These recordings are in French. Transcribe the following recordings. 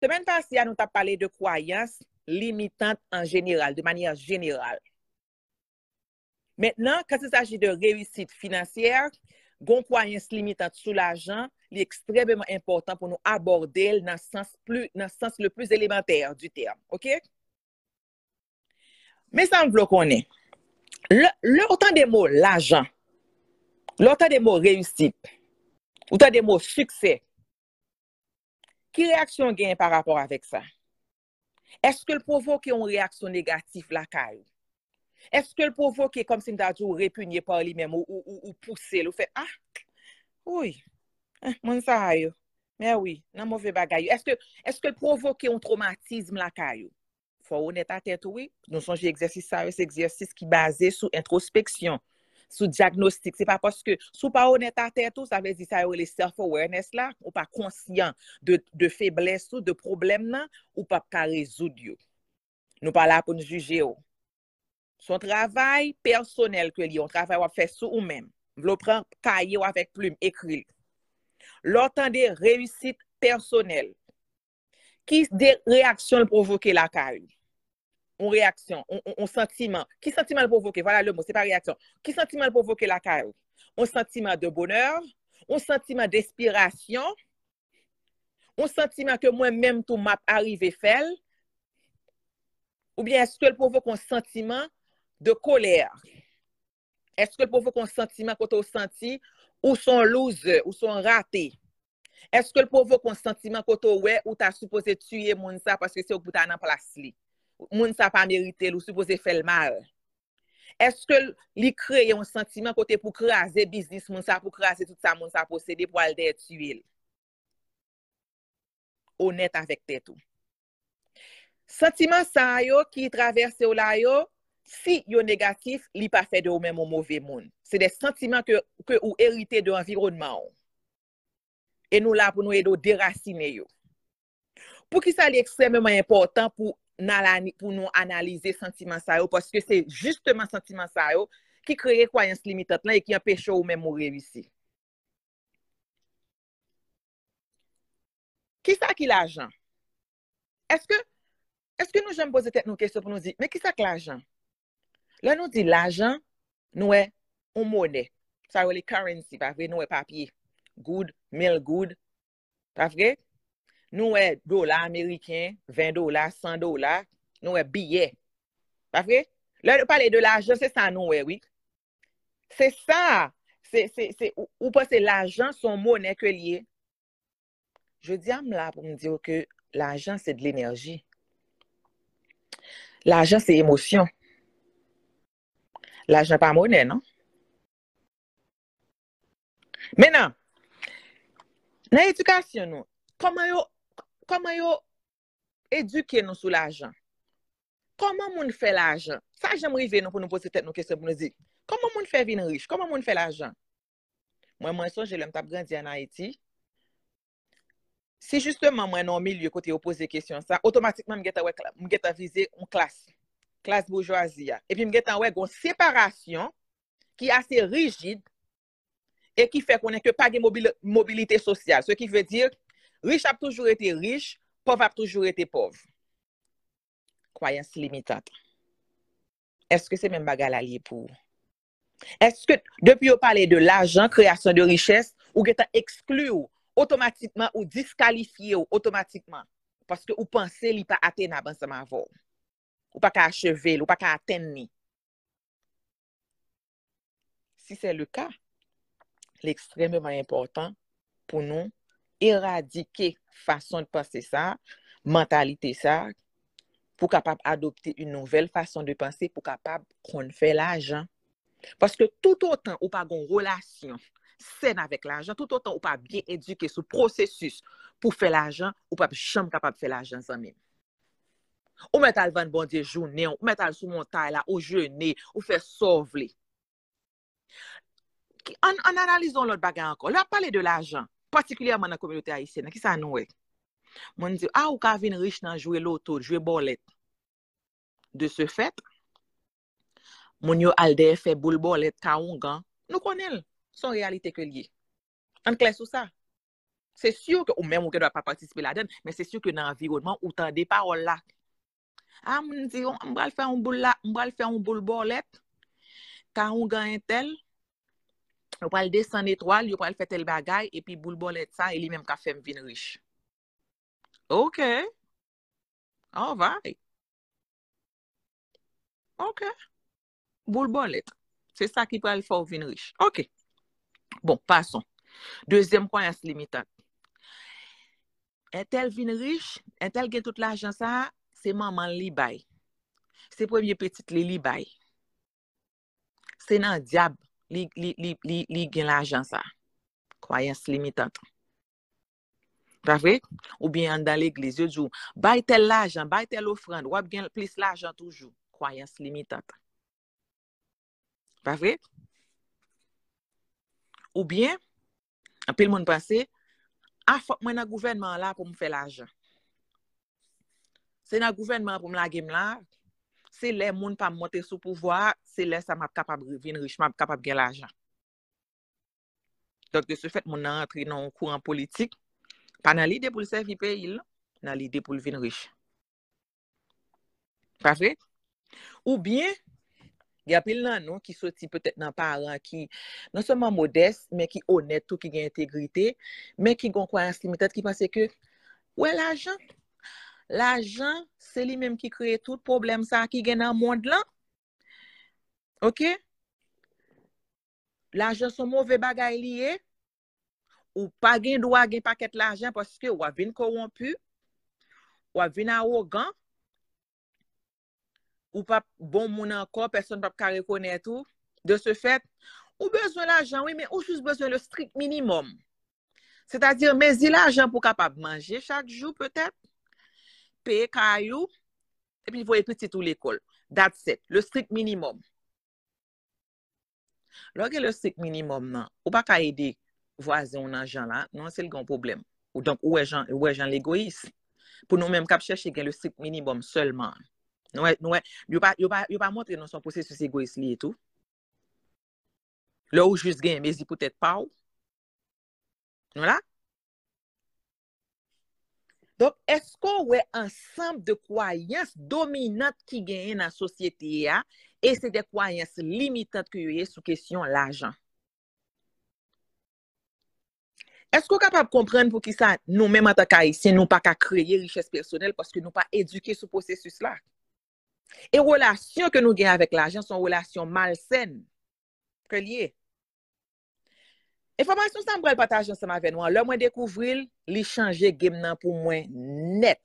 Semaine passée, nous avons parlé de croyances limitantes en général, de manière générale. Maintenant, quand il s'agit de réussite financière, gon croyance limitante sur l'argent, c'est extrêmement important pour nous aborder dans le sens le plus élémentaire du terme. OK? Mais ça me veut qu'on est. Autant des mots l'argent, l'autant des mots réussite, autant des mots succès. Qui réaction gagne par rapport avec ça? Est-ce que le provoque une réaction négative la caille? Est-ce que le provoque comme si m'ta dit répugné par lui-même ou pousser, ou fait oui, mon ça yo. Mais oui, nan mauvais bagay. Est-ce que le provoque un traumatisme la caille? Faut honnête à tête oui. Nous songe exercice ça, c'est exercice qui basé sur introspection, sur diagnostic. C'est pas parce que sous pas honnête à tête tout, ça veut dire ça les self-awareness là, ou pas conscient de faiblesse ou de problème là, ou pas ka résoudre yo. Nous pas là pour nous juger. Son travail personnel que li, on travail ou fait sous ou même. V'lo prend cahier avec plume, écrit. L'autant de réussite personnelle. Qui des réactions provoquer la caille? Une réaction, un sentiment. Qui sentiment le provoquer? Voilà le mot, c'est pas réaction. Qui sentiment le provoquer la caille? Un sentiment de bonheur, un sentiment d'inspiration, un sentiment que moi-même tout m'a arrivé faire, ou bien est-ce que le provoque un sentiment de colère? Est-ce que le provoque un sentiment quand on senti ou son loser ou son raté? Est-ce que le provoque un sentiment quand on ouais ou t'as supposé tuer moun ça parce que c'est au bout dans place li? Moun ça pas mérité ou supposé faire le mal? Est-ce que li crée un sentiment côté pour craser business moun ça pour craser tout ça moun ça posséder pour aller tuer? Honnête avec tête ou. Sentiment ça yo qui traverse ou la yo, si yo négatif, li pas fait de ou même au mauvais monde. C'est des sentiments que ou hérité de l'environnement. Et nous là pour nous aider à déraciner yo. Pour qui ça est extrêmement important pour nous analyser sentiment ça yo, parce que c'est justement sentiment ça yo qui crée croyance limitante là et qui empêche ou même réussir. Qui ça qui l'argent? Est-ce que nous j'aime poser nous question pour nous dire mais qui ça que l'argent? Là nous dit l'argent nous est une monnaie. Ça veut les currency, pas vrai, nous est papier. Good, mille good. Pas vrai? Nous est dollar américain, 20 dollars, 100 dollars, nous est billet. Pas vrai? Là, parler de l'argent, c'est ça, nous est, oui. C'est ça. Ou parce que l'argent, son monnaie que lié. Je dis à là pour me dire que l'argent, c'est de l'énergie. L'argent, c'est émotion. L'argent, pas monnaie, non? Maintenant, dans l'éducation, nous, comment yo éduquer nous sur l'argent? Comment moun fait l'argent? Ça, j'aimerais venir pour nous poser tête nos questions pour nous dire. Comment moun fait venir riche? Comment moun fait l'argent? Moi, songe, j'aime t'a grandi en Haïti. Si justement, moi, dans le milieu, côté vous poser question ça, automatiquement, je vais viser une classe bourgeoisie. Et puis, je vais une séparation qui est assez rigide et qui fait qu'on n'a que pas de mobilité sociale. Ce qui veut dire, riche a toujours été riche, pauvre a toujours été pauvre. Croyance limitante. Est-ce que c'est même bagarre allié pour? Est-ce que depuis vous parlez de l'argent, création de richesse, ou que exclu automatiquement ou disqualifié automatiquement parce que vous pensez qu'il pas atteignable ensemble avec vous. Ou pas qu'à achever, ou pas qu'à atteindre. Si c'est le cas, l'extrêmement important pour nous éradiquer façon de penser ça, mentalité ça, pour capable adopter une nouvelle façon de penser pour capable qu'on fait l'argent. Parce que tout autant ou pas une relation saine avec l'argent, tout autant ou pas bien éduqué sur le processus pour faire l'argent, ou pas jamais capable de faire l'argent sans même. Ou mettre al vendre bon Dieu journée, ou mettre al sous montagne là, au jeûner, ou faire sauver. En analysant l'autre bagarre encore, là parler de l'argent, particulièrement dans la communauté haïtienne, qui ça nous est? Mon dit ou ka vin riche dans jouer loto, jouer bolette. De ce fait, mon yo alde fait boule bolette kaongan, nous connaissons son réalité que lié. En clair sur ça. C'est sûr que ou même ou que doit pas participer là-dedans, mais c'est sûr que dans l'environnement ou t'as des paroles là. Ah, on dit on va faire un boule là, on va faire un boule bolette. Quand on gagne tel, on va le descendre étoile, on va le faire tel bagaille et puis boule bolette ça et lui même qu'a fait vin riche. OK. All right. OK. Boule bolette. C'est ça qui peut le faire vin riche. OK. Bon, passons. Deuxième croyance limitante. Un tel vin riche, un tel qui a tout l'argent ça, c'est maman li bay. C'est premier petit li bay. C'est nan diable li gen l'argent ça. Croyance limitante. Pas vrai? Ou bien dans l'église, yo dit, bay tel l'argent, bay tel offrande, ou bien plus l'argent toujours. Croyance limitante. Pas vrai? Ou bien, un peu le monde pense, ah, faut que moi dans le gouvernement là pour me faire l'argent. C'est dans le gouvernement pour me la game là. C'est les gens pas monter sous pouvoir, c'est les ça m'a capable de venir riche, m'a capable de gagner l'argent. Donc de ce fait, mon entré dans un courant politique, pas dans l'idée pour le servir pays, dans l'idée pour le venir riche. Pas vrai? Ou bien, il y a plein de gens qui sont peut-être dans parents qui non seulement modestes, mais qui honnêtes, tout qui ont intégrité, mais qui ont croyance limitée, qui pensent que ouais, l'argent, c'est lui-même qui crée tout problème ça qui gagne dans le monde là. OK? L'argent sont mauvais bagaille lié ou pas gain droit gain paquet l'argent parce que ou a vinn corrompu, ou a vinn arrogant, ou pas bon moun encore, personne pas reconnaître tout. De ce fait, ou besoin l'argent oui, mais ou juste besoin le strict minimum. C'est-à-dire mais il l'argent pour capable manger chaque jour peut-être, payer caillou et puis voyer petit tout l'école. That's it, le strict minimum. Lorsque le strict minimum non, ou pas ka aider voisin ou gens là, non c'est le grand problème. Ou donc où est gens l'égoïste. Pour nous même cap chercher le strict minimum seulement. Yo pas montrer dans son processus égoïste li et tout. Là où juste gain mais peut-être pas. Voilà. Donc, est-ce qu'on a un ensemble de croyances dominantes qui gagnent dans la société et c'est des croyances limitantes que y a sous question l'argent? Est-ce qu'on est capable de comprendre pour qui ça, nous-mêmes en tant qu'Haïtiens, nous pas qu'à créer richesse personnelle parce que nous pas éduqués sur ce processus-là? Et relations que nous gagnons avec l'argent sont relations malsaines que liées. Information ça me partager ensemble avec nous. Là, moi découvrir, li changer game nan pour moi net.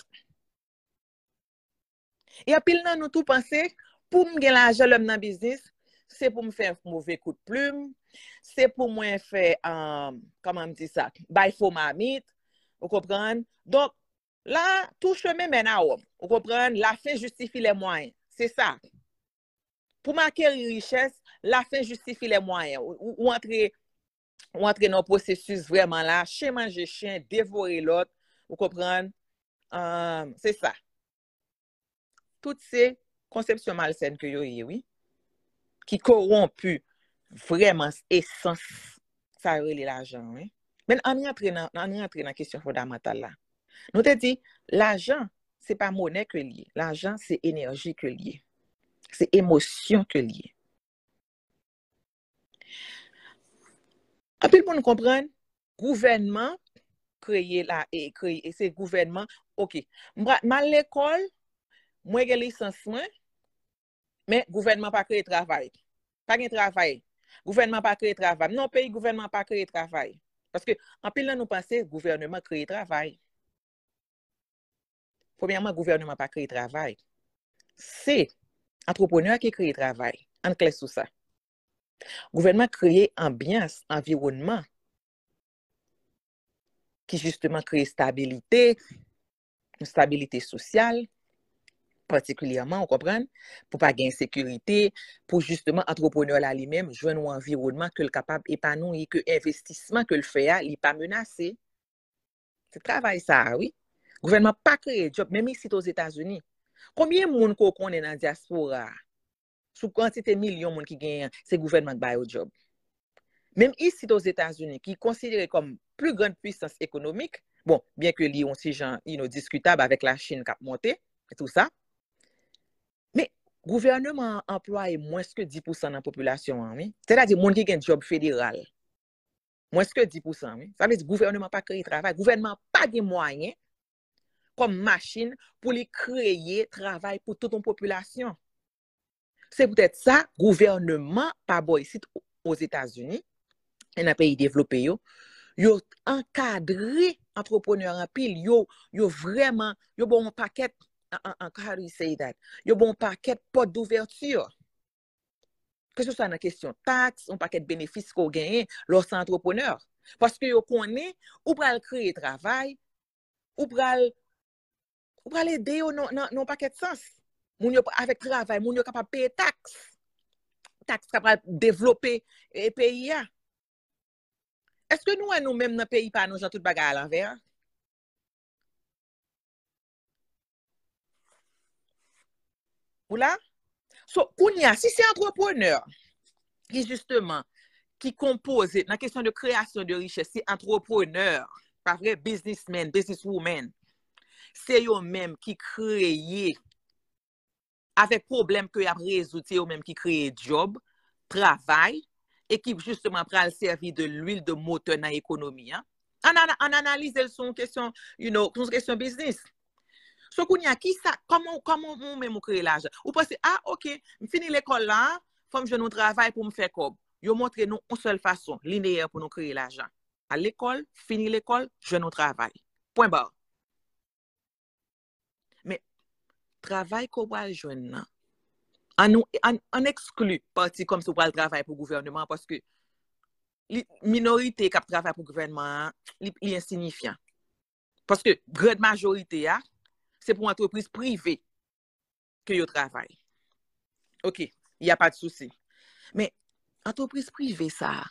Et puis là, nous tout penser pour me gagner l'argent l'homme dans business, c'est pour me faire un mauvais coup de plume, c'est pour moi faire comment me dit ça, bail faux mamite, vous comprenez? Donc là, tout chemin mène à homme. Vous comprenez? La fin justifie les moyens. C'est ça. Pour m'acquérir richesse, la fin justifie les moyens. Ou entrer dans le processus vraiment là, chien manger chien, dévorer l'autre. Vous comprenez? C'est ça. Toutes ces conceptions malsaines que vous avez, oui, qui corrompent vraiment essence, ça relève l'argent, oui. Mais on rentre dans la question fondamentale là. Nous te dit, l'argent, c'est pas monnaie que lié. L'argent, c'est énergie que lié. C'est émotion que lié. En plus, pour nous comprendre, gouvernement créé là et créé, c'est gouvernement, ok. Mal l'école, moi j'ai licence mais gouvernement pas créé travail. Pas de travail. Gouvernement pas créé travail. Non, pays gouvernement pas créé travail. Parce que en plus là nous pensons gouvernement créé travail. Premièrement, gouvernement pas créé travail. C'est entrepreneur qui crée travail. En clair sur ça. Gouvernement crée ambiance, environnement qui justement crée stabilité, une stabilité sociale, particulièrement, on comprend, pour pas gagner sécurité, pour justement entrepreneur là lui-même joindre un environnement que le capable épanouir, que investissement que le fait il n'est pas menacé. C'est travail ça, oui. Gouvernement pas créé job même ici aux États-Unis. Combien de monde qu'on connaît dans la diaspora? Sous quantité de millions de monde qui gagnent, c'est gouvernement qui bail au job. Même ici aux États-Unis qui est considéré comme plus grande puissance économique. Bon, bien que li yon si jan, discutable avec la Chine qui a monté, et tout ça. Mais, gouvernement emploie moins que 10% de la population, oui. C'est-à-dire, moun qui gen job fédéral. Moins que 10%, oui. Ça veut dire, gouvernement pas créer travail. Gouvernement pas de moyens comme machine pour les créer travail pour toute une population. C'est peut-être ça, gouvernement, pas bon ici aux États-Unis, et dans les pays développés, yo encadré entrepreneur en pile, yo vraiment, yo bon paquet, how do you say that? Yo bon paquet porte d'ouverture. Que ce soit dans question taxe, un paquet de bénéfices qu'on gagne lorsque entrepreneur. Parce que yo connaît, ou pral créer travail, ou pral aider yo non paquet de sens. Moun yo avec travail, moun yo capable payer taxe. Taxe capable développer pays ya. Est-ce que nous-mêmes dans le pays pas nous gens tout bagarre à l'envers? Ou là? So, Kounia, si c'est entrepreneur qui justement qui compose dans la question de création de richesse, c'est entrepreneur, pas vrai businessman, businesswoman, c'est eux-mêmes qui créent avec problème que y a résoudre, c'est eux-mêmes qui créent job, travail, et qui justement prend le service de l'huile de moteur dans l'économie. Hein? On analyse son question, son question business. So kounya qui ça comment on même créer l'argent? Ou pensez OK, fini l'école là, faut je nous travail pour me faire comme. Yo montre nous une seule façon linéaire pour nous créer l'argent. À l'école, fini l'école, je nous travail. Point barre. Mais travail qu'on va joindre on exclut parti comme si on travail pour le gouvernement parce que minorité qui travaille pour le gouvernement est insignifiant. Parce que grande majorité c'est pour entreprise privée que yo travaille. OK, il n'y a pas de souci. Mais entreprise privée ça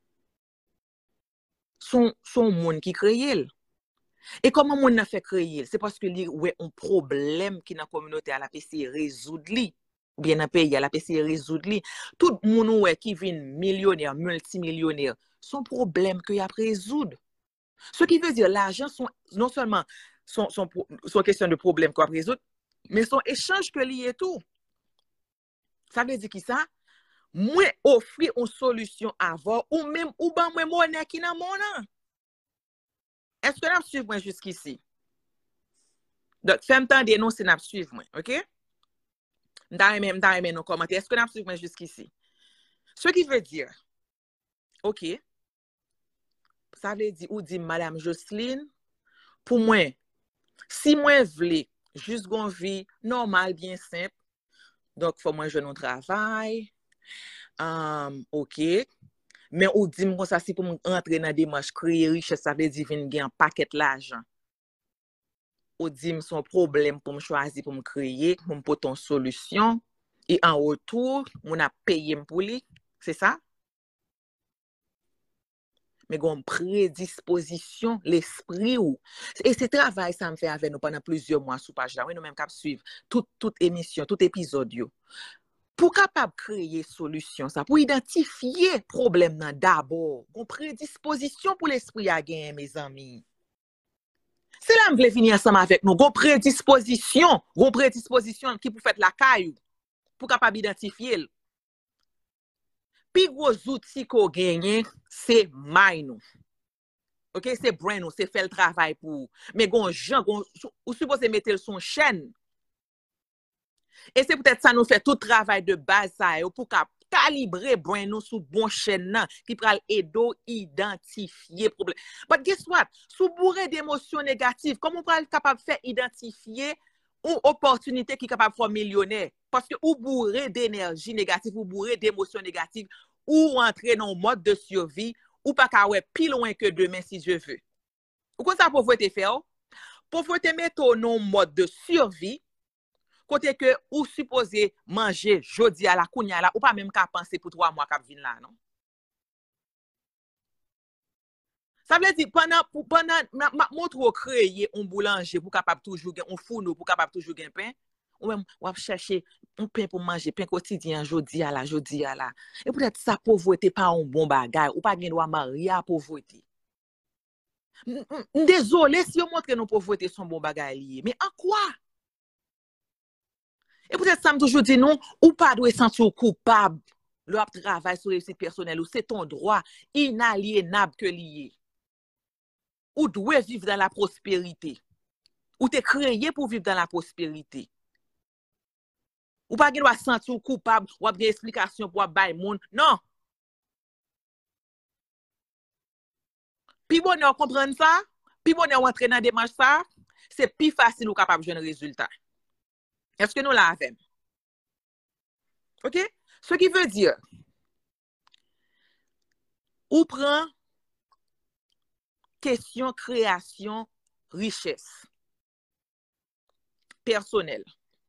son monde qui crée. Et comment monde n'a fait créer? C'est parce que li ouais un problème qui dans la communauté à la PC résoudre li. Ou bien dans le pays à la PC résoudre li. Tout le monde ouais qui vient millionnaire, multimillionnaire, son problème que y a résoudre. Ce qui veut dire l'argent sont non seulement son question de problème qu'on résoudre, mais son échange que lié tout. Ça veut dire qui ça? Moi offrir une solution avant ou même ou ban moi monnaie qui dans mon. Est-ce que vous suivez moi jusqu'ici? Donc, faites-moi temps dénoncer, vous suivez moi, OK? M'dare nos commentaires. Est-ce que vous suivez moi jusqu'ici? Ce qui veut dire, OK, ça veut dire, ou dit Madame Jocelyne, pour moi, si moi voulais juste une vie normale, bien simple, donc, il faut moi je non travail, OK, mais ou dit moi ça, si pour entrer dans des démarche créer richesse, ça veut dire gagner un paquet l'argent. Ou dit son problème pour me choisir pour me créer, pour me porter une solution, et en retour, on a payé pour lui, c'est ça? Mais une prédisposition, l'esprit ou. Et ce travail, ça me fait avec nous pendant plusieurs mois sous page là. Oui, nous même cap suivre toute émission, tout épisode. Pour capable créer solution, ça, pour identifier problème d'abord, une prédisposition pour l'esprit à gagner, mes amis. C'est là que je voulais finir ensemble avec nous. Une prédisposition qui pour faire la caille, pour capable identifier. Puis gros outil qu'on gagne, c'est mind. OK, c'est brain, c'est faire le travail pour. Mais gon gens, ou supposé mettre son chaîne. Et c'est peut-être ça nous fait tout travail de base ça pour calibrer brain nous sous bon chaîne qui pral aider identifier problème. But guess what? Sous bourré d'émotions négatives, comment on pral capable faire identifier ou opportunité qui capable faire millionnaire parce que ou bourré d'énergie négative ou bourré d'émotions négatives ou entrer dans un mode de survie ou pas qu'à ouais plus loin que demain si je veux. Ou quoi ça pauvreté faire? Pauvreté mettre dans un mode de survie côté que ou supposé manger jodi à la kounya là ou pas même qu'à penser pour 3 mois qu'à venir là non. Ça veut dire pendant montre créer un boulanger pour capable toujours un fourneau pour capable toujours gagner pain ou même on chercher un pain pour manger pain quotidien jodi à la et peut-être ça pauvreté pas un bon bagage ou pas gain droit marier à pauvreté. Désolé si on montre que nos pauvretés sont bon bagay lié. Mais en quoi? Et peut-être ça me toujours dit non, ou pas doit sentir coupable. Leur travail sur réussite personnelle, ou c'est ton droit inaliénable que lié. Ou doit vivre dans la prospérité. Ou t'es créé pour vivre dans la prospérité. Ou pas doit sentir coupable, ou avoir des explications pour bailler monde. Non. Puis bon, on comprend ça, puis bon, on entre dans la démarche ça, c'est plus facile ou capable de jouer un résultat. Est-ce que nous l'avons? OK? Ce qui veut dire, ou prend question création richesse personnelle.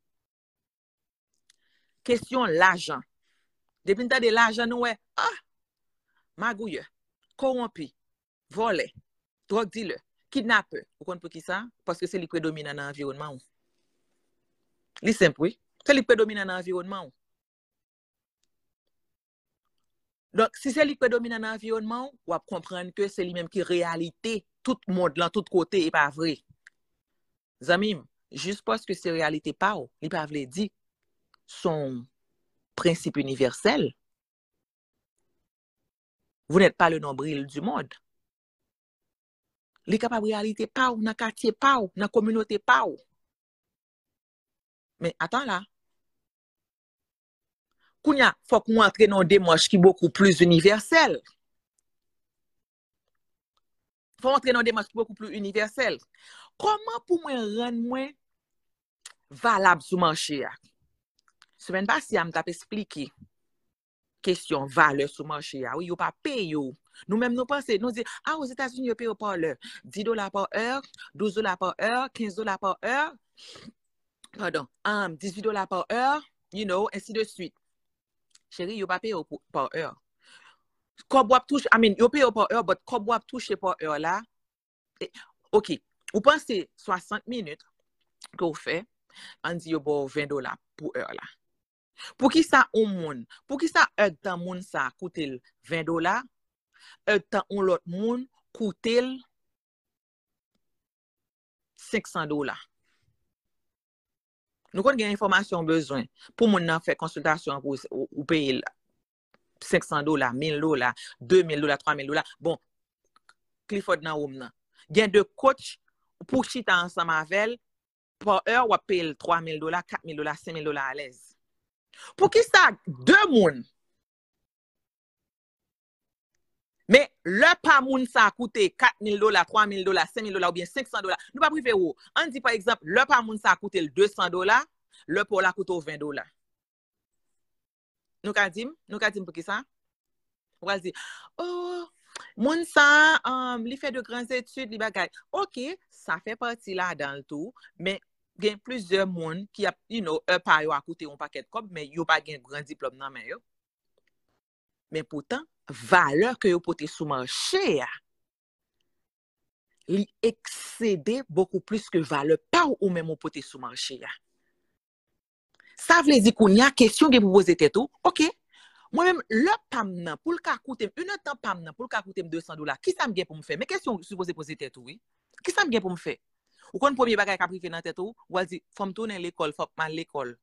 Question l'argent. Depuis que de l'argent, nous, magouille, corrompu, volé, drogue dealer, kidnappeur. Vous comprenez pour qui ça? Parce que c'est lui qui prédomine dans l'environnement. C'est simple, oui. C'est lui qui prédomine dans l'environnement. Donc, si c'est lui qui prédomine dans l'environnement, vous allez comprendre que c'est lui-même qui réalité, tout le monde, dans tout côté, n'est pas vrai. Zamim, juste parce que c'est réalité pas, il pas vrai dire son principe universel. Vous n'êtes pas le nombril du monde. Les capables de réalité pas, dans le quartier pas, dans la communauté pas. Mais attends là. Kounya, faut qu'on entre dans des démarche qui beaucoup plus universelle. Faut entrer dans des démarche beaucoup plus universelle. Comment pour moi rendre moins valable sur le marché? Semaine passée, je m'ai expliqué question valeur sur le marché. Oui, vous pas payé. Nous-mêmes, nous pensons, nous disons, aux États-Unis, vous payez par l'heure. $10 par heure, $12 par heure, $15 par heure, pardon, $18 par heure, ainsi de suite. Chérie, vous pas payé par heure. Quand vous touchez, vous payez par heure, mais quand vous touchez par heure là, OK, vous pensez 60 minutes que vous faites, on dit vous $20 pour heure là. Pour qui ça au monde? Pour qui ça un temps monde ça coûte $20, un temps on l'autre monde coûte $500. Nous avons des informations besoin. Pour mon faire consultation pour ou payer $500, $1000, $2000, $3000. Bon, Clifford nan oum nan. Gen de coach pour chita ensemble avec par heure ou payer $3000, $4000, $5000 à l'aise. Pour qui ça deux moun? Mais le pas moun ça coûte $4000, $3000, $5000 ou bien $500. Nous pas privé ou. On dit par exemple, le pas moun ça coûte $200, le pour la coûte $20. Nous ka dim pour qui ça? On va dire, oh, moun ça, li fait de grandes études, li bagay. OK, ça fait partie là dans le tout, mais il y a plusieurs moun qui a, un pa yo a coûté un paquet de cob, mais yo pas gen grand diplôme nan men yo. Mais pourtant, valeur que yo pote sous marché, li excédé beaucoup plus que valeur pas ou même ou pote sous marché. Ça veut dire qu'on y a question que vous posez tête tout. OK. Moi-même, le pam nan, pour le cas coûter, une temps pam nan, pour le cas coûter $200, qui ça me gagne pour me faire? Mais question supposée poser tête oui. Qui ça me gagne pour me faire? Ou quand premier bagage qu'a privé dans tête ou va dire faut me tourner l'école, faut mal l'école.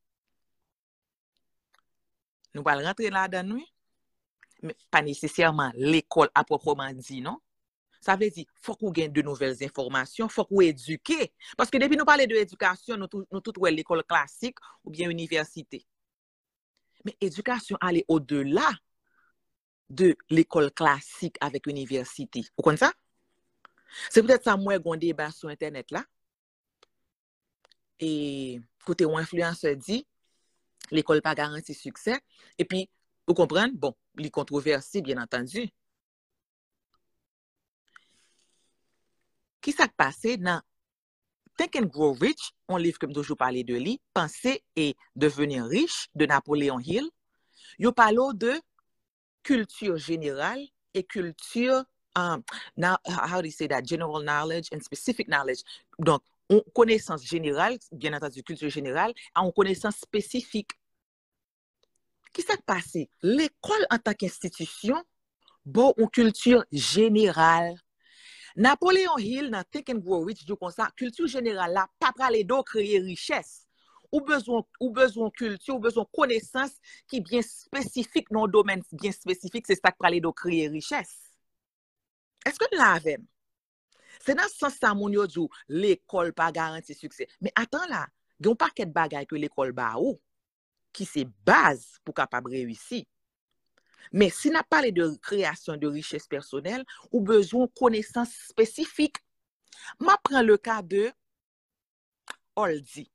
Nous pas rentrer là-dedans oui. Mais pas nécessairement l'école à proprement dit non. Ça veut dire faut qu'on gagne de nouvelles informations, faut qu'on éduquer parce que depuis nous parler de éducation, nous tout l'école classique ou bien université. Mais éducation aller au-delà de l'école classique avec université. Vous comprenez ça? C'est peut-être ça moi gon débat sur internet là. Et côté un influenceur dit l'école pas garantit succès et puis vous comprenez bon, les controversé bien entendu. Qui s'est passé dans Think and Grow Rich, un livre que je toujours parlé de lui, Penser et devenir riche de Napoléon Hill. Il parle de culture générale et culture, how do you say that? General knowledge and specific knowledge. Donc, connaissance générale, bien entendu, culture générale, en connaissance spécifique. Qui s'est passé? L'école en tant qu'institution, bon, une culture générale. Napoléon Hill, dans Think and Grow Rich, dit comme ça, culture générale là, pas parler d'eau créer richesse. Ou besoin culture, ou besoin connaissance qui bien spécifique dans un domaine bien spécifique, c'est ça qui parler d'eau créer richesse. Est-ce que nous l'avons? C'est dans ce sens ça mon yo dit l'école pas garanti succès. Mais attends là, il y a un paquet de bagages que l'école ba ou qui c'est base pour capable réussir. Mais si n'a parlé de création de richesse personnelle ou besoin de connaissances spécifiques, je prends le cas de Aldi.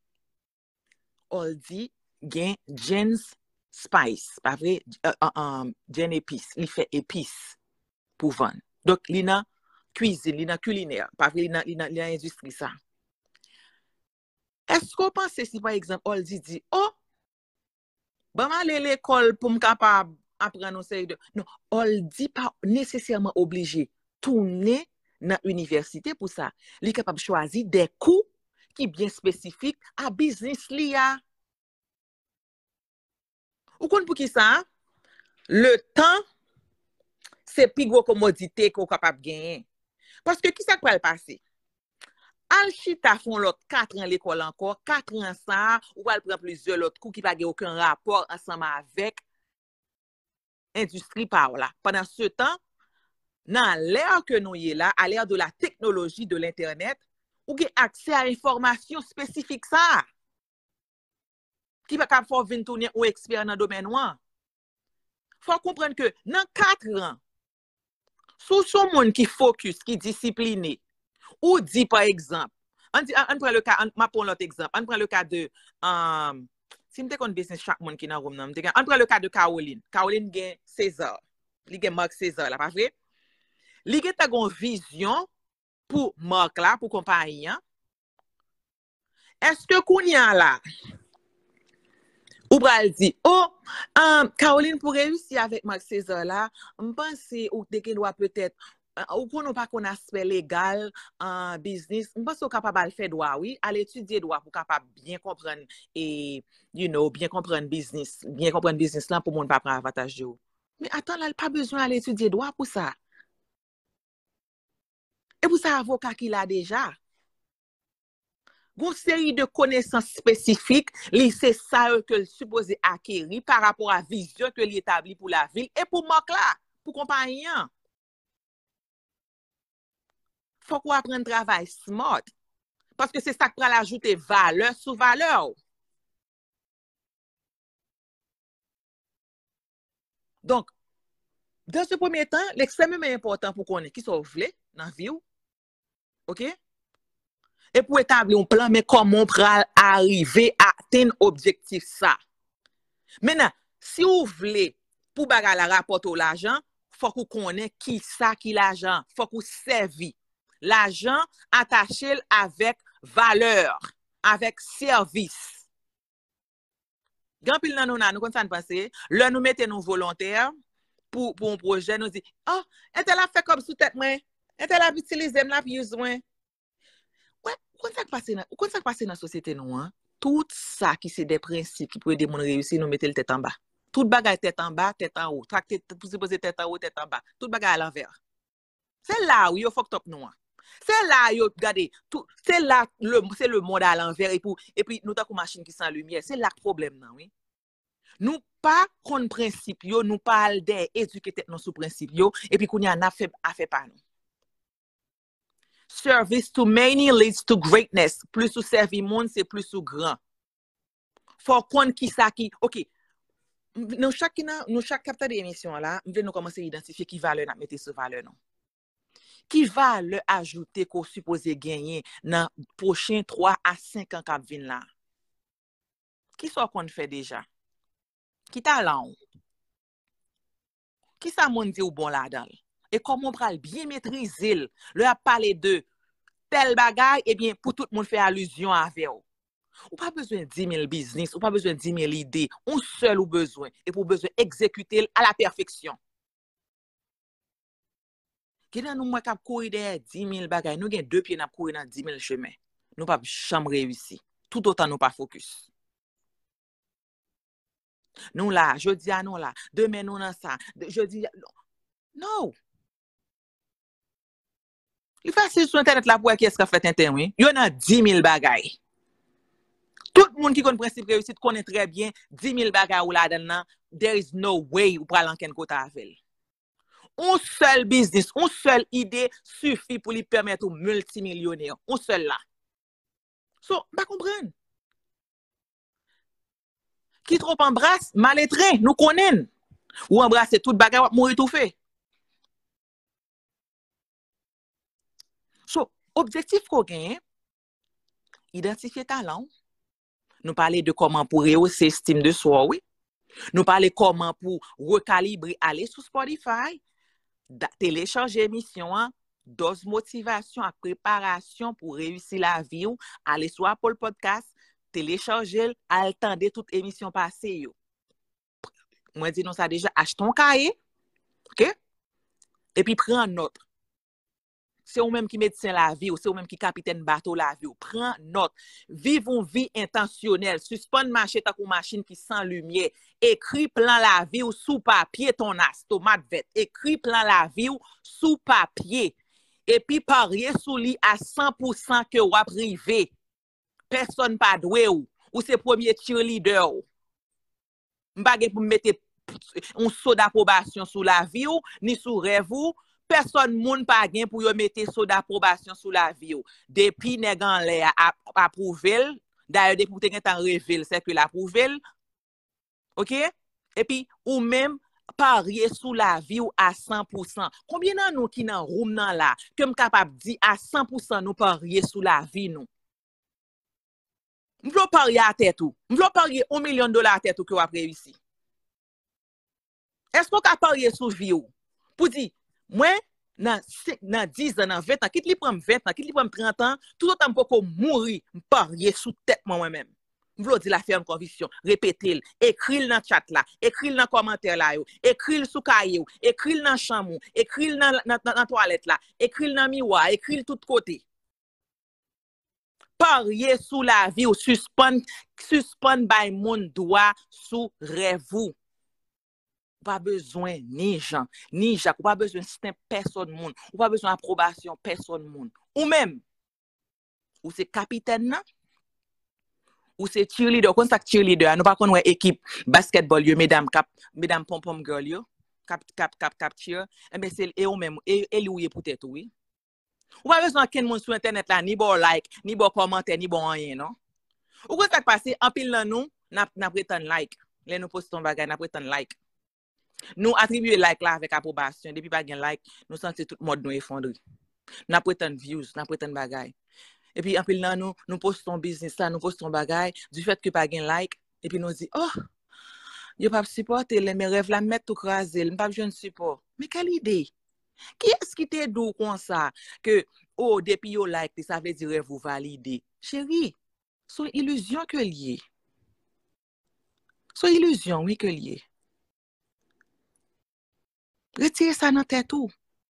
Aldi gain Jen's Spice, pas vrai? Jen épice, il fait épice pour vendre. Donc, il a cuisine, il a culinaire, pas vrai? Il a industrie ça. Est-ce qu'on pense si par exemple Aldi dit, oh, bon, aller à l'école pour me capable apprendre série de. Non, Aldi pas nécessairement obligé tourner dans l'université pour ça. Il est capable de choisir des cours qui bien spécifiques à business liya. Ou kon pour qui ça? Le temps, c'est plus gros commodité qu'on capable de gagner. Parce que qui ça peut le passer? Al chita font l'autre 4 ans l'école encore, 4 ans ça, ou al prend plusieurs autres cours qui pas aucun rapport ensemble avec industrie par là. Pendant ce temps, dans l'ère que nous y est là, à l'ère de la technologie de l'internet, ou avez accès à information spécifique ça. Qui va faire venir tourner ou expert dans le domaine noir. Faut comprendre que dans 4 ans, sous son monde qui focus, qui discipliné, ou dit par exemple, on prend le cas, on prend l'autre exemple, on prend le cas de, si je te business chaque monde qui est dans le room, on prend le cas de Caroline. Caroline gagne César. Il gagne Marc César, là, pas vrai? Il gagne une vision pour Marc là, pour compagnie. Est-ce que qu'on y a là? Ou pral dit, oh, Caroline pour réussir avec Marc César là, je pense ou te doit peut-être ou qu'on pas qu'on aspect légal en business, je pense qu'on capable de faire droit oui, aller étudier droit pour capable bien comprendre et bien comprendre business là pour monde pas prendre avantage de vous. Mais attends là, pas besoin d'aller étudier droit pour ça. Et pour ça avocat qu'il a déjà. Une série de connaissances spécifiques, c'est ça que le supposé acquérir par rapport à la vision que l'établit pour la ville et pour Marc là, pour compagnie. Faut qu'on apprenne travail smart. Parce que c'est ça qui va ajouter valeur sous valeur. Donc, dans ce premier temps, l'extrêmement important pour qu'on ait qui soit voulu dans la vie. OK? Et pour établir un plan, mais comment on peut arriver à atteindre l'objectif ça. Maintenant, si vous voulez pour bagarre la rapporter l'argent, faut qu'on connaisse qui ça qui l'argent, faut qu'on servi. L'argent attaché avec valeur, avec service. Grand pile nan nous comme ça nous penser, là nous mettons nos volontaires pour un projet, nous dit "Oh, elle a fait comme sous tête moi, elle a utilisé la use moi." Ouais, comment ça passe dans la société nous hein? Tout ça qui c'est des principes qui peuvent aider mon réussir, nous mettons le tête en bas. Tout bagage tête en bas, tête en haut. Tracter pour se poser tête en haut, tête en bas. Tout bagage à l'envers. C'est là où il faut top nous. C'est là où regardez, c'est là c'est le monde à l'envers et puis nous avons une machine qui sans lumière, c'est là le problème non oui. Nous pas qu'on principe yo, nous parle des éduquer tête nous sous principe yo et puis qu'on y en a fait pas nous. Service to many leads to greatness. Plus ou servi monde, c'est plus ou grand. Faut qu'on qui ça qui OK. Nous chaque capteur d'émission là, nous commencer à identifier qui valeur n'a mettre sur valeur non. Qui valeur ajouter qu'on supposé gagner dans prochain 3 à 5 ans qui viennent là. Qui soit qu'on fait déjà? Qui talent? Qui ça monde dit ou bon là-dedans? Et comment on peut bien maîtriser le a parler de tel bagage et bien pour tout le monde faire allusion avec vous. Ou pas besoin de 10 000 business, ou pas besoin de 10 000 idées, on seul ou besoin et pour besoin exécuter à la perfection. Qui dans nous moi cap courir derrière 10 000 bagages, nous gagne deux pieds n'a courir dans 10 000 chemins. Nous pas jamais réussi. Tout autant nous pas focus. Nous là, jeudi à nous là, demain nous dans ça, jeudi non. Il facile sur internet là pour qui est-ce qu'a fait internet. Il y en a 10 000 bagailles. Tout le monde qui connaît le principe réussite connaît très bien 10 000 bagailles ou là-dedans. There is no way ou pral anken kota avec. Un seul business, une seule idée suffit pour lui permettre aux multimillionnaires. Un seul là. So, pas comprendre. Qui trop embrasse, mal étreint, nous connaissons. Ou embrasser toute bagaille, ou mourir tout fait. So, objectif qu'on gagne, identifier talent. Nous parler de comment pour rehausser estime de soi, oui. Nous parler comment pour recalibrer, aller sur Spotify, télécharger émission, dose motivation à préparation pour réussir la vie, aller sur Apple Podcast, télécharger, attendre toute émission passée. Yo. Moi, dis nous ça déjà, achète ton cahier, ok? Et puis prends note. C'est ou même qui médecin la vie, ou c'est ou même qui capitaine bateau la vie, ou prends note. Vive une vie intentionnelle. Suspend marcher ta kou machine qui sans lumière. Écris plan la vie ou sous papier ton as, tomate verte. Écris plan la vie ou sous papier. Et puis parier sous lui à 100% que ou a privé. Personne pas doué ou c'est premier cheerleader ou. M'bagé pour mettre un saut d'approbation sous la vie ou ni sous rêve ou. Personne moun pa gen pour yo mettre saut d'approbation sous la vie ou. Depuis nèg en l'air approuvel, d'ailleurs depuis te gen tan révèle c'est que l'approuvel. OK? Et puis ou même parier sous la vie ou à 100%. Combien nan nous qui nan room nan là que m capable di à 100% nous parier sous la vie nous. M'vlo parier à tête ou. M'vlo parier $1 million à tête ou que ou a réussi. Est-ce qu'on ka parier sous vie ou? Pour dire moi, dans 10 ans, dans 20 ans, quitte li prend 20 ans, quitte li prend 30 ans, tout autant pour mourir, parier sous tête moi-même. M'vlo di la ferme conviction, répétez-le, écris-le dans chat là, écris-le dans commentaire là, écris-le sous cahier, écris-le dans chambre, écris-le dans toilette là, écris-le dans miroir, écris-le tout côté. Parier sous la vie ou suspend by mon droit sous rêve ou. Pas besoin ni gens, ni Jacques, pas besoin de personne monde, ou pas besoin d'approbation personne monde. Ou même, ou c'est capitaine nan, ou c'est cheerleader, kon ça cheerleader, nous pas connait équipe basketball yo mesdames pom pom girl yo, cap cheer, et ben c'est et ou même et lui pour tête oui. Ou pas besoin ken monde sur internet là ni bon like, ni bon commentaire, ni bon rien non. Ou kon ça passer en pile nan nous, n'a prétend like. Les nous postons bagay n'a prétend like. Nous attribuer like là avec approbation. Depuis pas gen like, nous sentons tout mode nous effondrer. Nous prétend views, nous prétend bagay. Et puis en pile là nous postons business là, nous postons bagay du fait que pas gen like et puis nous dit oh, yo pas supporter les mes rêves la mettre tout craser, pas besoin de support. Mais quelle idée? Qui est-ce qui te dou comme ça que oh depuis yo like ça veut dire rêve vous valider. Chérie, son illusion que lié. Son illusion oui que lié. Retirez ça dans tête tout.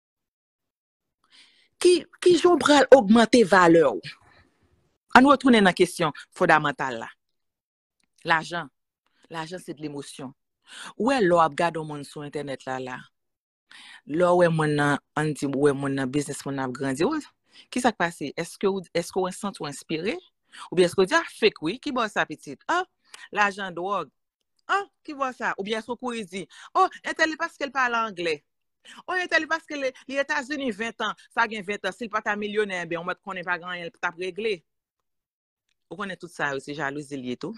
Qui j'en pral augmenter valeur. On retourne dans la question fondamentale là. L'argent c'est de l'émotion. Où est l'on regarde au monde sur internet là. Là où est mon on dit où est mon business mon a grandi. Qui ça passe? Est-ce qu'on sent ou inspiré ou bien est-ce qu'on dit ah fake oui qui boit ça petite. Ah l'argent drogue. Ah qui boit ça ou bien est-ce qu'on dit oh elle parce qu'elle parle anglais. Oh, elle parce que les États-Unis 20 ans, ça gagne 20 ans, s'il pas ta millionnaire, ben on ne connaît pas grand rien, t'a réglé. On connaît tout ça, c'est jalousie lié tout.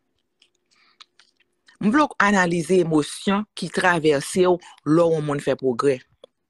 On veut analyser l'émotion qui traverse là où on fait progrès.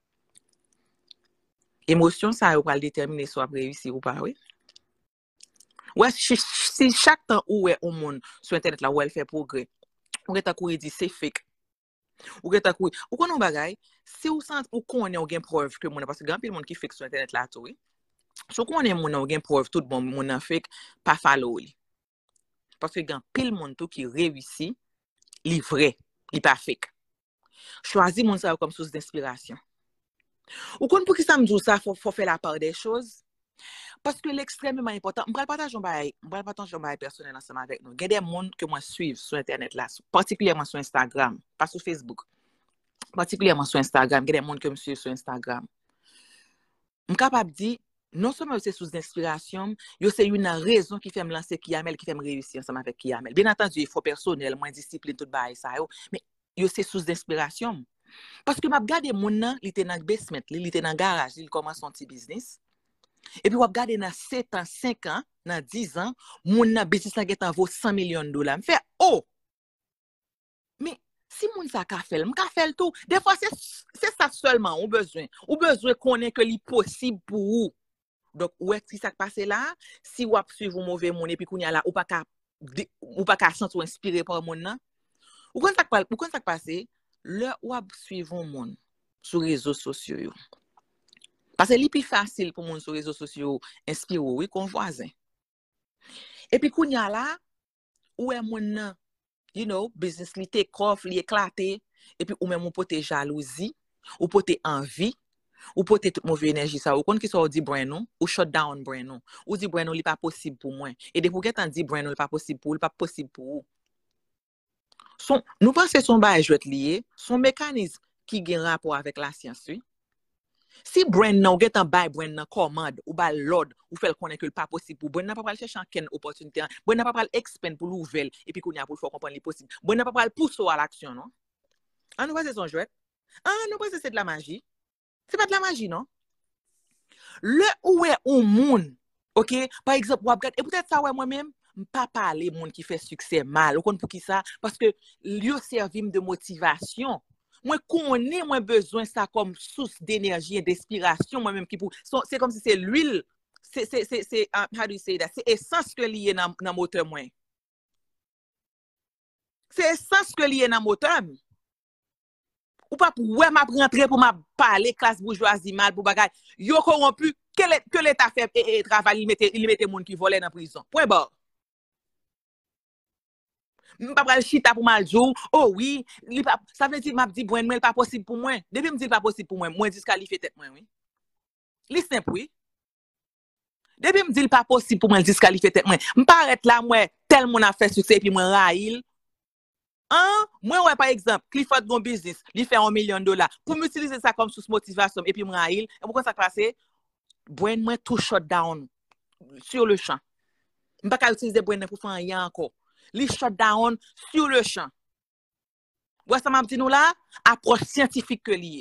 Émotion ça va déterminer soit réussir ou pas, oui. Ouais, si chaque temps où est au monde sur internet là où elle fait progrès, on est à courir dit c'est fake. Ou que ta kou ou konon bagay si ou sent ou connaît ou gen preuve que mon parce que grand pile monde qui fait sur internet là tout oui so connaît mon ou gen preuve tout bon mon en fait pas follow li parce que grand pile monde tout qui réussit li vrai li pas fake choisi mon ça comme source d'inspiration ou kon pour qui ça me dit ça faut faire la part des choses parce que l'extrêmement important on va partager un bail personnel ensemble avec nous il y a des monde que moi suivre sur internet là particulièrement sur Instagram pas sur Facebook particulièrement sur Instagram, il y a des gens qui me suivent sur Instagram. Je suis capable de dire, non seulement c'est sous inspiration, c'est une raison qui fait me lancer Kiamel, qui fait me réussir ensemble avec Kiamel. Bien entendu, il faut personnel, moins discipline, tout bail ça, mais c'est sous inspiration. Parce que je regarde mon nan, il était dans le basement, il était dans le garage, il commence son petit business. Et puis, je regarde dans 7 ans, 5 ans, dans 10 ans, mon business là vaut 100 millions de dollars. Je fais, oh! Mais si moun sa ka fait, m'ka fait tout. Des fois, c'est ça seulement, ou besoin. Ou besoin qu'on ait que li possible pour vous. Donc, ouais, si ça passe là, si vous suivez mauvais monde et puis qu'on y a là, ou pas qu'à sentir inspiré par mon nan, ou quand ça passe, le ou suivre monde sur les réseaux sociaux. Parce que c'est plus facile pour moun sur les réseaux sociaux inspirer, oui, qu'on voisin. Et puis qu'on y a là, ou est mon nan, you know, business li take off, li éclaté, et puis ou même ou pote jalousie, ou pote envie, ou pote toute mauvaise énergie ça, ou kon qui soit dit brain non, ou shut down brain non, ou dit brain non li pas possible pour moi. Et depuis que t'en dit brain non li pas possible pour, li pas possible pour. Nous pensons son bail jouet lié, son mécanisme qui gen rapport avec la science, oui. Si brain non get en bail brain non commande ou ba l'ordre ou fait connaître que le pas possible pour brain n'a pas pas chercher une opportunité, brain n'a pas pas expand pour l'ouvrir et puis qu'on y a pour faire comprendre les possible. Brain n'a pas pas pousser à l'action non. Ah nous c'est son jouet. Ah nous c'est de la magie. C'est pas de la magie non. Le où est un monde, OK? Par exemple, ou regarde et peut-être ça ouais moi-même pas parler monde qui fait succès mal. Ou pour qui ça parce que lui servi de motivation. Moi connais moi besoin ça comme source d'énergie et d'inspiration moi même qui pour c'est comme si c'est l'huile c'est how do you say that c'est essence que lié dans moteur moi. C'est essence que lié dans moteur. Ou pas pour ouais m'a rentrer pour m'a parler classe bourgeoisie mal pour bagay yo corrompu que l'état fait et travail il mettait monde qui volait dans prison. Point barre. M'pa pral chita pour mal jour. Oh oui, ça veut dire m'a dit bon mais pas possible pour moi. Depuis me dit pas possible pour moi disqualifié tête moi oui. Li simple oui. Depuis me dit pas possible pour moi disqualifié tête moi. M'pa arrête là moi tel mon a fait succès puis moi raïl. Moi ouais par exemple, Clifford gon business, il fait $1 million pour m'utiliser ça comme source motivation et puis moi raïl. Et pourquoi ça passe? Bon moi tout shut down sur le champ. M'pa ka utiliser bon pour faire rien encore. Li shut down sur le champ. Ouais, ça m'a dit nous là, approche scientifique que lié.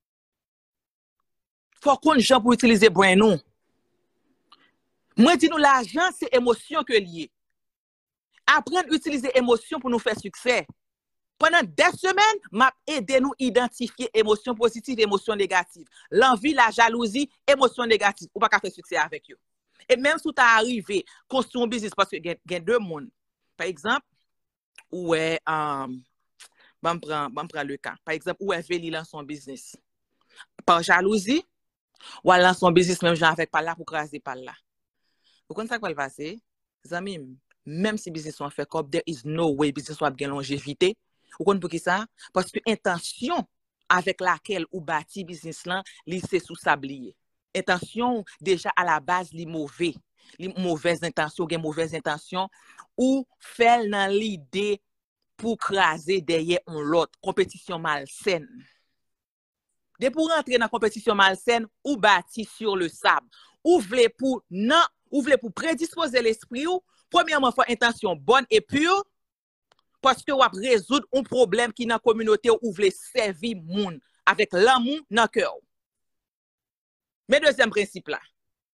Faut qu'on gens pour utiliser brain nous. Moi dis nous l'argent c'est émotion que lié. Apprendre à utiliser émotion pour nous faire succès. Pendant des semaines, m'a aidé nous identifier émotions positives, émotions négatives. L'envie, la jalousie, émotions négatives. Ou pas qu'à faire succès avec eux. Et même si tu as arrivé construire un business parce que il y a deux mondes. Par exemple, ouais prend le cas. Par exemple, où elle veut lancer son business. Par jalousie, ou elle lance son business même genre avec par là pour craser par là. Vous comprenez ça quoi le passer? Amis, même si business sont fait comme there is no way business soit bien longévité. Vous comprenez pour qui ça? Parce que intention avec laquelle ou bâti business là, li c'est sous sablier. Intention déjà à la base li mauvais. Li mauvaise intention, gen mauvaise intention ou fait dans l'idée pour craser derrière on l'autre, compétition malsaine. De pour rentrer dans compétition malsaine ou bâti sur le sable. Ou vle pour non, ou vle pour prédisposer l'esprit ou premièrement faut intention bonne et pure parce que ou résoudre un problème qui dans communauté ou vle servir monde avec l'amour dans cœur. Mais deuxième principe là.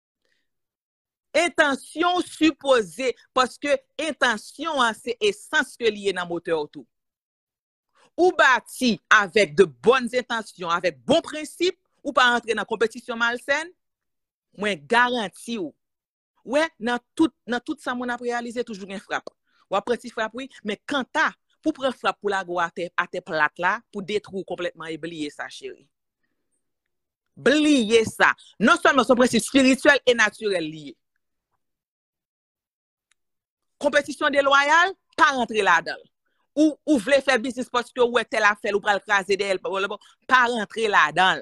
Intention supposée parce que intention c'est essence que lié dans moteur tout. Ou bâti avec de bonnes intentions, avec bons principes, ou pas entrer dans compétition malsaine, moi garantis ou. Ouais, dans tout ça mon a réalisé toujours une frappe. Ou après tu frappe oui, mais quand t'as pour prendre frappe pour la go à tes plates là pour détruire complètement et oublier ça chérie. Oublier ça. Non seulement son principe spirituel et naturel lié. Compétition déloyale, pas rentrer là-dedans. Ou voulez faire business parce que ou tel affaire ou pral craser d'elle, pas rentrer là-dedans.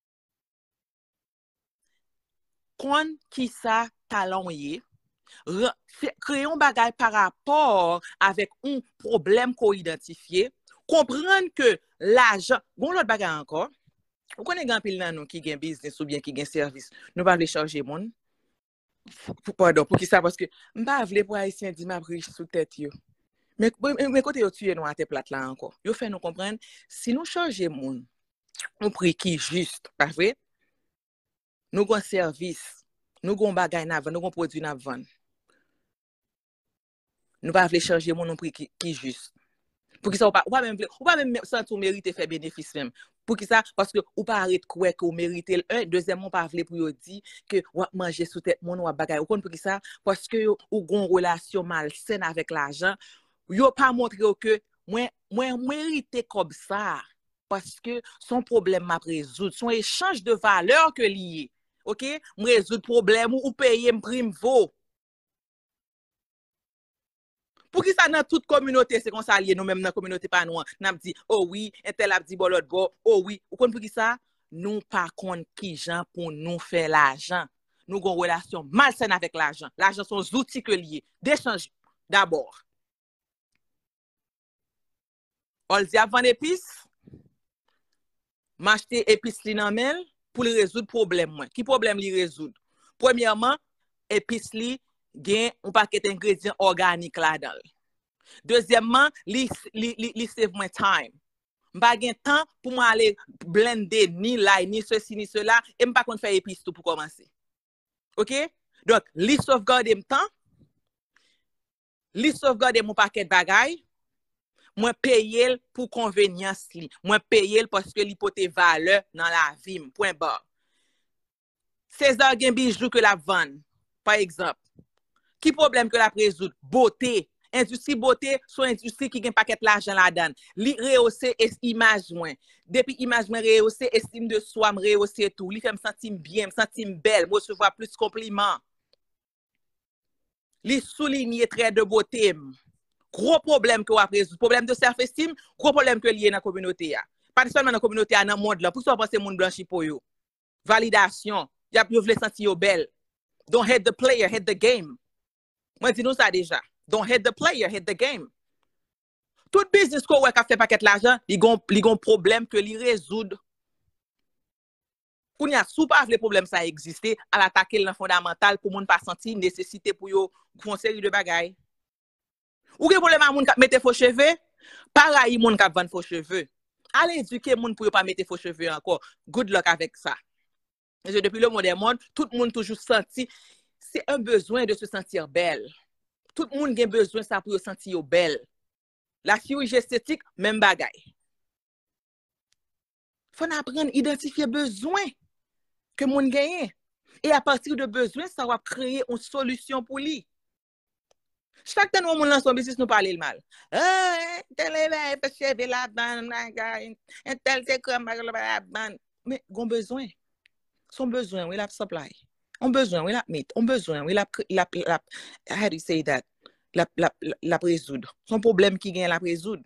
Quand qui ça talon yé, créons bagay par rapport avec un problème qu'on identifié, comprendre que l'argent, bon l'autre bagay encore, Ou connaît grand pile nan nou qui gen business ou bien qui gen service, nous pas vle charger moun. Pardon, pour qui ça parce que m'pa vle pour haïtien di m'a riche sous tête yo. Mais côté yo tuer nous à tête plate là encore. Yo fait nous comprendre si nous charger moun un prix qui juste, pas vrai? Nous gon service, nous gon bagay n'a vendre, nous gon produit n'a vendre. Nous pas vle charger moun un prix qui juste. Pour qui ça ou pas même sentir mériter faire bénéfice même. Pour qui ça parce que ou pas arrête quoi que ou mériter un deuxièmement pas vle pour yo dit que ou manger sous tête moun ou bagay ou pour qui ça parce que ou gon relation malsaine avec l'argent yo pas montré que moi mériter comme ça parce que son problème m'a résoudre son échange de valeur que lié OK me résoudre problème ou payer prime vaut. Pour qui ça dans toute communauté c'est comme ça lié nous même dans communauté pas nous n'a dit oh oui un tel a dit bon l'autre bon oh oui ou pour qui ça nous pas compte qui gens pour nous faire l'argent nous avons une relation malsaine avec l'argent sont outils que lié d'échange d'abord on dit avant épices m'acheter épices li nan men pour résoudre problème moi qui problème li résoudre premièrement épices li gen un paquet d'ingrédients organiques là-dedans. Deuxièmement, li save my time. M'pa gen temps pour moi aller blender ni l'ail ni ceci ni cela et m'pa kon faire épices tout pour commencer. OK? Donc, li sauvegarder m'temps, li sauvegarder mon paquet de bagaille, moi payer pour convenience li. Moi payer parce que li pote valeur dans la vie, point barre. César gen bijou que la vendre, par exemple. Qui problème que la résoudre? Beauté. Industrie beauté, son industrie qui gagne paquet l'argent là-dedans. Li rehausser image moins. Depuis image moins rehausser, estime de soi, me rehausser tout. Li fait me sentir bien, me sentir belle, me recevoir plus compliments. Li souligner trait de beauté. Gros problème que on résoudre. Problème de self-esteem, gros problème que lié dans la communauté. Pas seulement dans la communauté, dans le monde là. Pour ça, penser monde blanchi pour yo. Validation. Y'a plus voulu sentir yo belle. Don't hate the player, hate the game. Moi, dis nous ça déjà. Don't hate the player, hate the game. Tout business qu'on a fait paquet l'argent, il y a un problème que li résoudre. Qu'on y a sous pas les problèmes ça exister, à l'attaquer le fondamental pour moun pas sentir nécessité pour yo font série de bagailles. Ou que problème à moun qui mette faux cheveux, pareil moun qui vend faux cheveux. Allez éduquer moun pour pas mettre faux cheveux encore. Good luck avec ça. Et depuis le monde, tout le monde toujours senti c'est un besoin de se sentir belle. Tout le monde a besoin ça pour se sentir belle. La chirurgie esthétique, même bagaille. Faut apprendre à identifier besoin que moun gagne. Et à partir de besoin, ça va créer une solution pour lui. Chaque temps où on lance son business, nous parlons le mal. Tel est la bande, tel c'est comme la bande. Mais on besoin. Son besoin, oui, la supply. On besoin, oui, la meet. On besoin, oui, how do you say that? La résoudre. Son problème qui gagne la résoudre.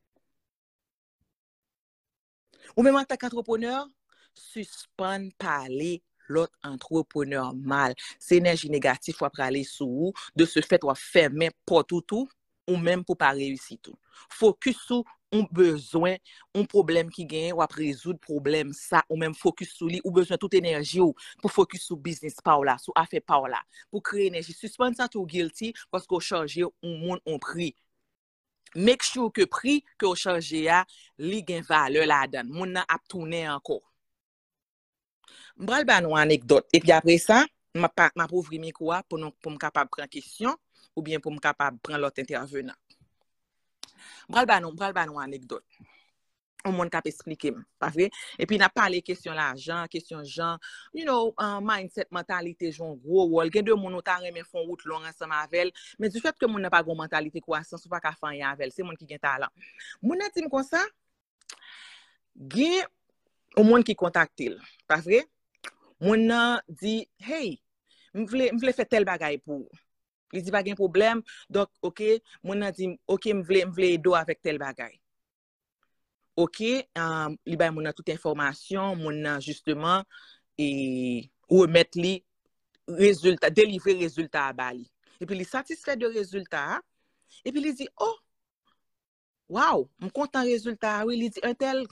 Ou même en tant qu'entrepreneur, suspend parler l'autre entrepreneur mal. C'est énergie négative pour aller sous de ce fait ou fermer porte tout ou même pour pas réussir tout. Focus sur un besoin, un problème qui gagne ou résoudre problème ça ou même focus sur lui ou besoin toute énergie ou pour focus sur business par là, sur affaire par là, pour créer énergie. Suspend ça tout guilty parce qu'on charge un monde on prix. Make sure que prix que vous changez a li gen valeur là-dedans. Moun nan ap tourner encore. M'bral ba nou anecdote et puis après ça, m'a ouvri micro pour me capable prendre question ou bien pour me capable prendre l'autre intervenant. M'bral ba nou anecdote. On monde cap expliquer, pas vrai? Et puis n'a parlé question l'argent, question genre, mindset, mentalité joue un gros rôle. Gen de moun nou ta remen font route long ensemble avec, mais du fait que moun n'a pas gon mentalité croissance ou pas ka fan yan avec, c'est moun qui gen talent. Moun nan dit comme ça, gen au monde qui contacte il, pas vrai? Moun nan dit, hey, m'vle faire tel bagay pour. Il dit pas gen problème, donc OK, moun nan dit OK, m'vle aider avec tel bagay. OK, li bay moun nan toute information, moun nan justement et remettre li résultat, délivrer résultat à bali. Et puis il est satisfait de résultat et puis il dit oh wow, me content résultat. Oui, il dit un tel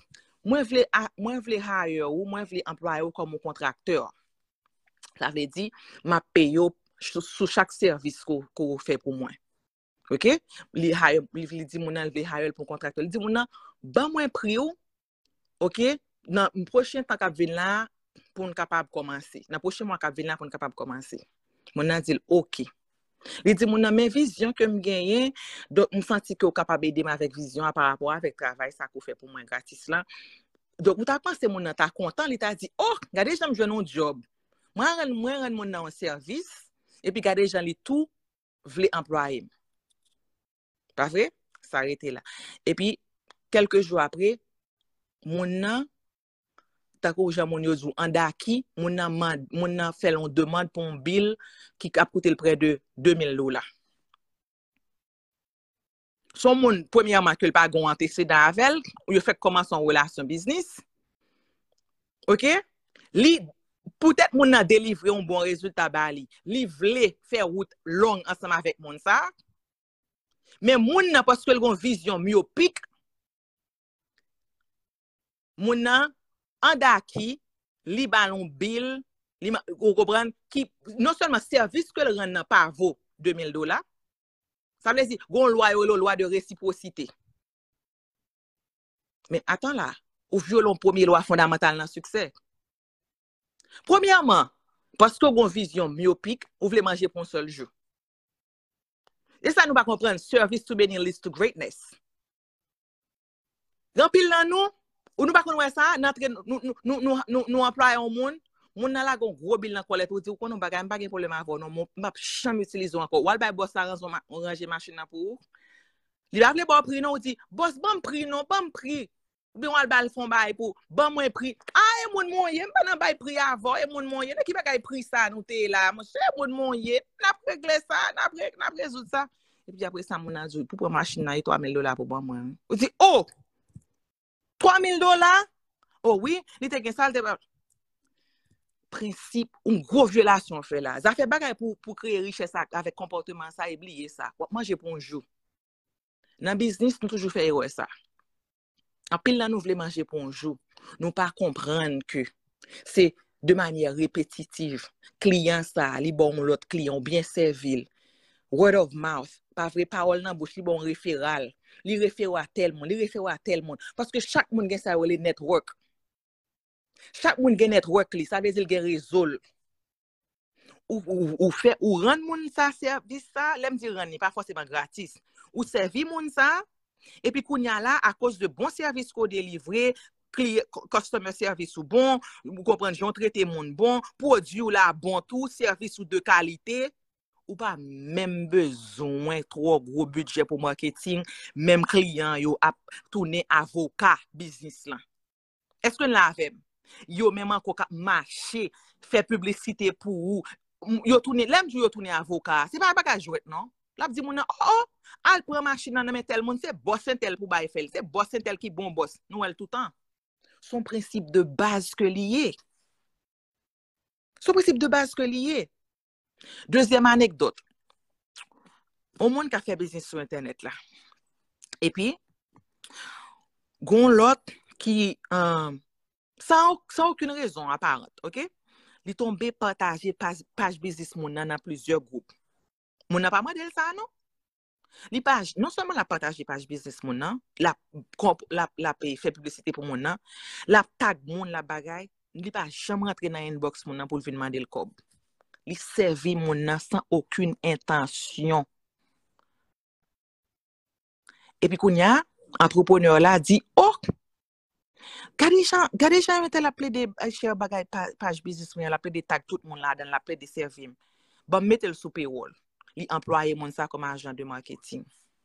Moi vle hire ou, moi vle employer ou comme un contracteur. Ça veut dire, m'a paye sous chaque service qu'on fait pour moi. OK? Li dit mon nan, li hire pour contracteur. Li dit mon nan, ban moi prix ou, OK? Dans le prochain temps qu'a vinn là pour nous capable commencer. Dans le prochain mois qu'a vinn là pour nous capable commencer. Mon nan dit OK. Li dit mon nan men vision que me gagne, donc me senti que capable aider avec vision par rapport avec travail ça qu'on fait pour moi gratis là. Donc ou t'a pensé mon nan t'a content, li t'a dit "Oh, regardez j'aime jouer un job. Moi rend mon nan un service et puis regardez j'en li tout vle employer." Pas vrai? Ça arrêté là. Et puis quelques jours après, mon nan tako jan moun yo zou en daki, moun nan fait une demande pour un bill qui a coûté près de $2000. Son moun premièrement que pas gon antécédent avec, ou yo fait comment son relation business. OK? Li peut-être moun nan délivrer un bon résultat bali. Li vle faire route longue ensemble avec moun ça. Mais moun nan parce que l gon vision myopique, moun nan en daki, li balon bill, ou comprendre qui non seulement service que le rend pas vaut $2000, ça veut dire gon loi de réciprocité. Mais attends là, ou violon premier loi fondamentale dans succès. Premièrement, parce que gon vision myopique, ou vle manger pour un seul jeu. Et ça nous pas comprendre service to being leads to greatness. Grand pile là nous, ou nous pas connaître ça, nous employons monde. Moun nan la gon gros bill nan collecte ou di ou konon bagay m'pa gen problème avec non m'a jamais utiliser encore. Wal bay boss la ranger machine nan pour ou. Li ba vle bon prix non ou di boss bon prix non, bon prix. Ou bien wal bal fon bay pour bon moins prix. Ah e moun moyen m'pa nan bay prix avant e moun moyen qui bagay prix ça nou te là. Mon cher moun moyen, n'a régler ça, n'a résoudre ça. Et puis après ça moun nan di pour machine nan $3000 pour bon moins. Ou di oh $3000? Oh oui, li te gen salte principe une grosse violation fait là. Ça fait bagay pour créer richesse avec comportement ça oublier ça. Manger pour un jour. Dans business nous toujours fait erreur ça. En pile là nous voulons manger pour un jour. Nous pas comprendre que c'est de manière répétitive. Client ça, li bon l'autre client bien servi. Word of mouth, pas vrai parole dans bouche li bon référal. Li réfère à tel monde, parce que chaque monde gen ça le network. Chaque moun gen network li, ça veut dire gen réseau. Ou fait ou rend moun ça service ça, l'aime dire rend pas forcément gratis. Ou servi moun ça et puis kounya là à cause de bon service qu'on délivrer, customer service ou bon, vous comprenez, j'on traité moun bon, produit ou là bon tout, service ou de qualité, ou pas même besoin trop gros budget pour marketing, même client yo a tourner avocat business là. Est-ce que la même yo même encore marché fait publicité pour yo tourner l'aime yo tourner avocat c'est pas bagage jouet non la dit mon oh al prend machine nan men tel monde c'est boss tel pour bail fait c'est boss tel qui bon boss nous elle tout temps son principe de base que lié son principe de base que lié. Deuxième anecdote, on monde qui a fait business sur internet là et puis gon l'autre qui sans aucune raison apparente, OK? Li tombe partager page business moun nan dans plusieurs groupes. Moun nan pas mandé ça non? Li page non seulement la partager page business moun nan, la fait publicité pour moun nan, la tag moun la bagay, li pas jamais rentrer dans inbox moun nan pour venir demander le cob. Li servi moun nan sans aucune intention. Et puis kounya entrepreneur là dit "Oh, Gade chan mette la ple de share bagay page business mwen, la ple de tag tout moun la dan, la ple de servim. Bon mette le sous payroll. Li employé moun ça comme agent de marketing.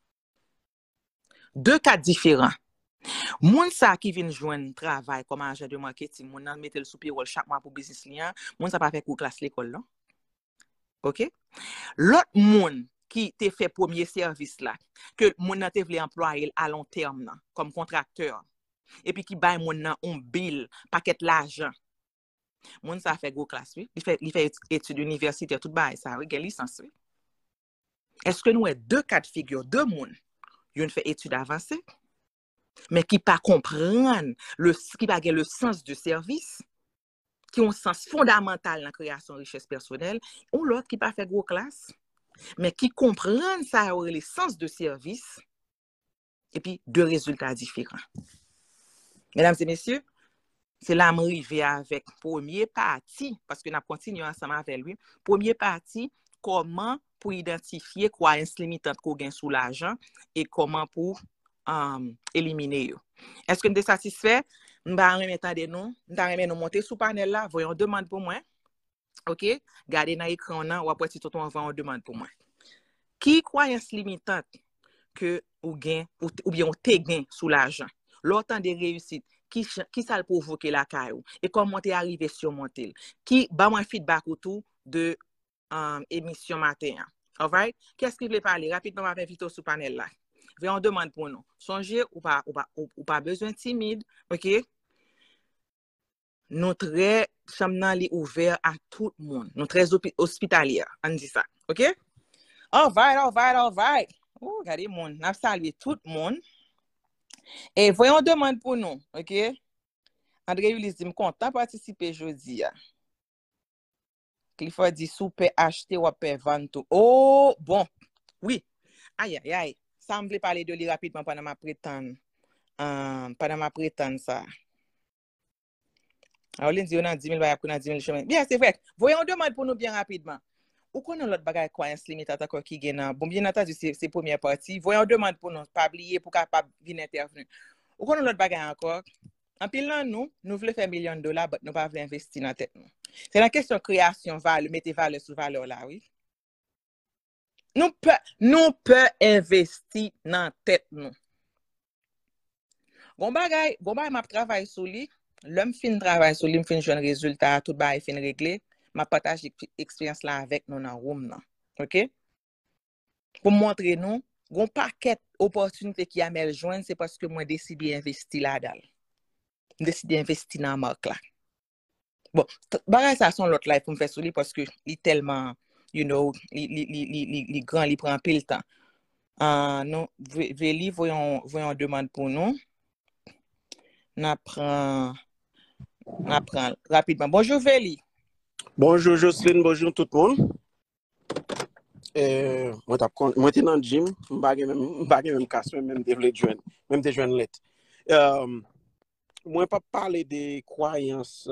Deux cas différents. Moun ça qui vient joindre travail comme agent de marketing, moun nan mette le sous payroll chaque mois pour business lian, moun ça pas fait cours classe l'école non. OK? L'autre moun qui te fait premier service là, que moun nan te vle employer à long terme nan, comme contracteur. Et puis qui baille moun nan on bill paquet l'argent. Moun ça fait gros classe oui, il fait études universitaires tout bail ça, oui, gen licence oui. Est-ce que nous avons deux cas de figure, deux moun, yon fait études avancées mais qui pas comprendre qui pas le sens du service, qui ont un sens fondamental dans la création de richesse personnelle, ou l'autre qui pas fait gros classe, mais qui comprennent ça le sens de service, et puis deux résultats différents. Mesdames et messieurs, c'est là que je suis avec premier parti, parce que nous continuons ensemble avec lui. Premier parti, comment pour identifier croyances limitantes qu'on gagne sous l'argent et comment pour éliminer eux. Est-ce que nous sommes satisfaits? Nous allons remettre nous monter sous panel là, voyons demande pour moi. OK? Gardez dans l'écran là, ou après tout on va en demande pour moi. Qui croyance limitante que ou gain ou bien on te gain sous l'argent? L'autant de réussite qui ça le provoquer la caillou et comment t'es arrivé sur monter? Qui ba moi feedback autour de émission matin. All right? Qu'est-ce qui veut parler rapidement avec Vito sous panel là? On demande pour nous. Songez ou pas besoin timide, OK? Notre chambre est ouvert à tout le monde. Nous très hospitalière, on dit ça. OK? All right. Oh, regardez monde, n'a salué tout le monde. Et voyons demande pour nous, OK? André Ulysse dit, content participer aujourd'hui. Clifford dit, sous peut acheter ou peut vendre tout. Oh, bon. Oui. Aïe. Ça me plaît parler de lui rapidement pendant ma prétendre. Ça. Alors, on dit, on a 10 000 bagages, on a 10 000 chemins. Bien, c'est vrai. Voyons demande pour nous bien rapidement. Ou connaît l'autre bagage croyance limitante encore qui gagne. Bon, bien entendu, c'est première partie. Voyons demande pour nous, pas oublier pour capable venir intervenir. Ou connaît l'autre bagage encore. En pile là, nous voulons faire $1 million, mais nous pas voulons investir dans la tête. C'est la question de création, valeur, mettez valeur sur valeur là, oui. Nous peut investir dans la tête. Bon bagay m'a travail sur lui. L'homme fin travail sur lui, me fin jeune résultat, tout bagay fin réglé. M'a partage expérience là avec nous dans room là. OK? Pour montrer nous, gon paquet opportunité qui a mel joindre, c'est parce que moi décidé investir là-dedans. Décidé investir dans marque là. Bon, bagay ça son l'autre live pour me faire sur lui parce que il tellement, you know, il grand, il prend pile temps. Non, Véli, voyons demande pour nous. N'apprend rapidement. Bonjour Véli. Bonjour Jocelyne, bonjour tout le monde. Moi t'es dans le gym, m'bagay même casse même développer joindre, même des joindre let. Moi pas parler des croyances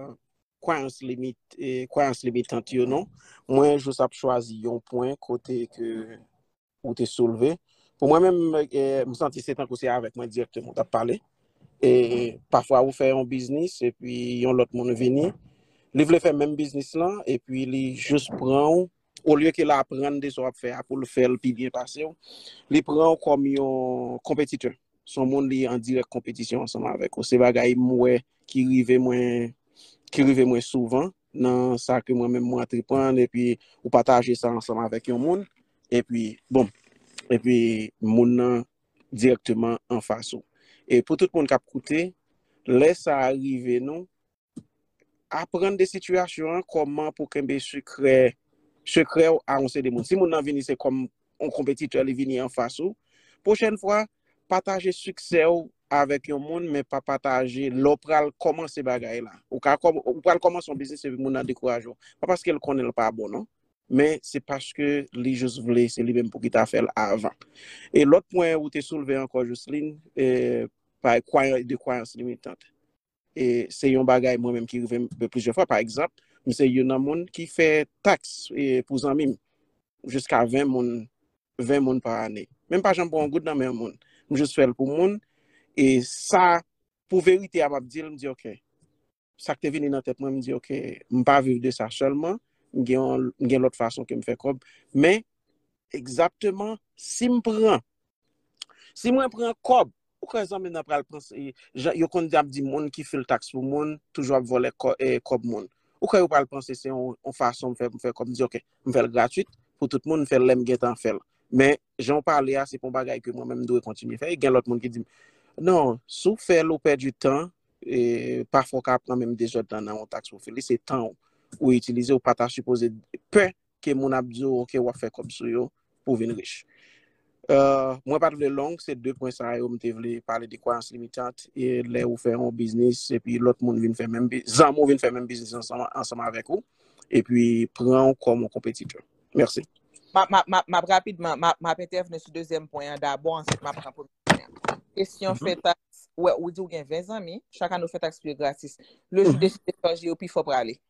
limitantes non. Moi je sais choisi un point côté que ou t'es soulevé. Pour moi même me sentir c'est tant que c'est avec moi directement t'as parlé. Et parfois vous faites un business et puis on l'autre monde venir. Li vle faire même business là et puis li juste prend au lieu que l'apprendre des choses à faire pour le faire le plus bien passer, li prend comme un compétiteur. Son monde li en direct compétition ensemble avec. C'est bagay moi qui rive moins souvent dans ça que moi même moi entreprendre et puis ou partager ça ensemble avec un monde et puis bon et puis monde directement en face. Et pour tout le monde qui a écouté, laisse ça arriver non apprendre des situations comment pour qu'un secret à on des monde si mon nan vini c'est comme un compétiteur il vini en face ou prochaine fois partager succès avec un monde mais pas partager l'opral commencer bagaille là ou pral commencer son business avec mon nan décourage pas parce qu'elle connaît pas bon non mais c'est parce que les juste voulaient c'est lui même pour qui t'a fait avant et l'autre point où tu soulevé encore Jocelyne par croyance limitante. Et c'est un bagay moi-même qui arrive plusieurs fois. Par exemple, c'est un monde qui fait taxe pour zanmim jusqu'à 20 moun par année. Même pas j'en prends un goût dans même monde. Je juste fais pour monde et ça pour vérité à m'a dire me dit OK. Ça qui est venu dans tête moi me dit OK, me pas vivre de ça seulement, m'gen l'autre façon que me fait comme mais exactement si moi prend cob pourquoi ça maintenant pral penser yo kon di monde qui fait le taxe pour monde toujours voler cob monde pourquoi yo pral penser c'est une façon faire comme dire OK me faire gratuit pour tout le monde faire l'aime get en faire mais j'en parlais c'est pour bagaille que moi même dois continuer faire il y a l'autre monde qui dit non sous faire l'eau perdre du temps et parfois qu'à prendre même des autres dans un taxe pour faire c'est temps ou utiliser ou pas supposer peu que mon abdo OK ou faire comme ça pour venir riche Moi, pas de long, c'est deux points ça, je me parler de croyances limitantes et là où faire un business et puis l'autre monde vient faire même business, vient faire même business ensemble avec vous et puis prend comme un compétiteur. Merci. Rapidement, ma intervenir sur deuxième point d'abord, ensuite ma prend premier point. Question fait taxe, ouais, ou dit ou gen 20 amis, chacun nous fait taxe plus gratis. Le jour décide de changer au puis faut pour aller.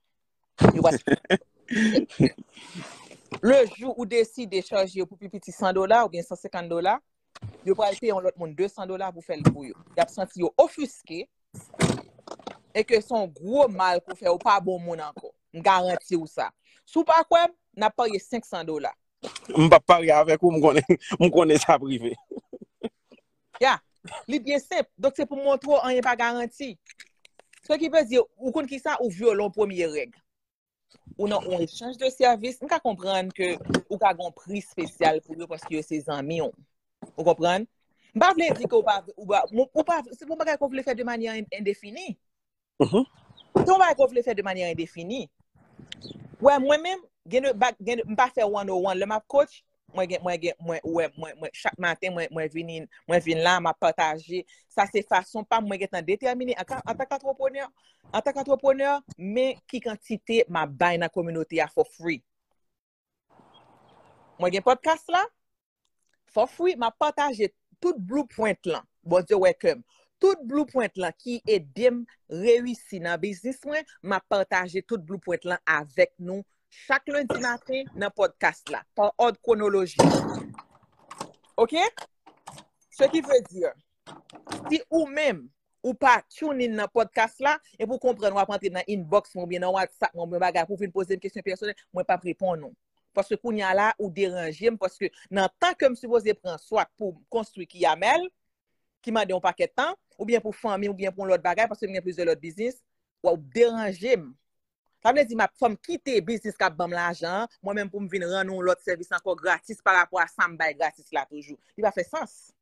Le jour où décide de charger pour petit $100 ou bien $150, vous pouvez payer l'autre monde $200 pour faire le pour vous. Vous avez senti offusqué et que son gros mal pour faire ou pas bon monde encore. Je garantis ou ça. Sous pas quoi, n'a payé $500. Je ne pas parler avec vous, je connais ça privé. Yeah, c'est bien simple. Donc c'est pour montrer qu'on n'est pas garanti. Ce qui veut dire, ou qu'on qui ça ou violon première règle. Ou non, on échange de service, on peut comprendre que ou ka gon prix spécial pour eux parce que c'est amis. Vous comprenez? Pas vle dire que ou pas c'est pour pas qu'on veut le faire de manière indéfinie. Si on va qu'on veut le faire de manière indéfinie. Ouais, moi-même, pas faire one-on-one le map coach. Moi chaque matin moi viens là m'a partager ça c'est façon pas moi être déterminé en tant qu'entrepreneur mais qui quantité m'a bail dans communauté à for free. Moi gen podcast là for free m'a partager tout blueprint là. Bon Dieu welcome. Tout blueprint là qui aide réussir dans business m'a partager tout blueprint là avec nous chaque lundi matin dans podcast là par ordre chronologique. OK? Ce qui veut dire si ou même ou pas tune in dans podcast là et pour comprendre ou rentrer dans inbox ou bien dans WhatsApp mon bagage pour venir poser une question personnelle, moi pas répondre non. Parce que kounya là ou déranger parce que dans temps que me supposé prendre soit pour construire qui Yamel qui m'a donné un paquet de temps ou bien pour famille ou bien pour l'autre bagage parce que il y a plusieurs autres business ou déranger. Ça veut dire ma femme quitter business qui a bam l'argent, moi-même pour me venir rendre l'autre service encore gratis par rapport à ça me gratis là toujours. Il va faire sens.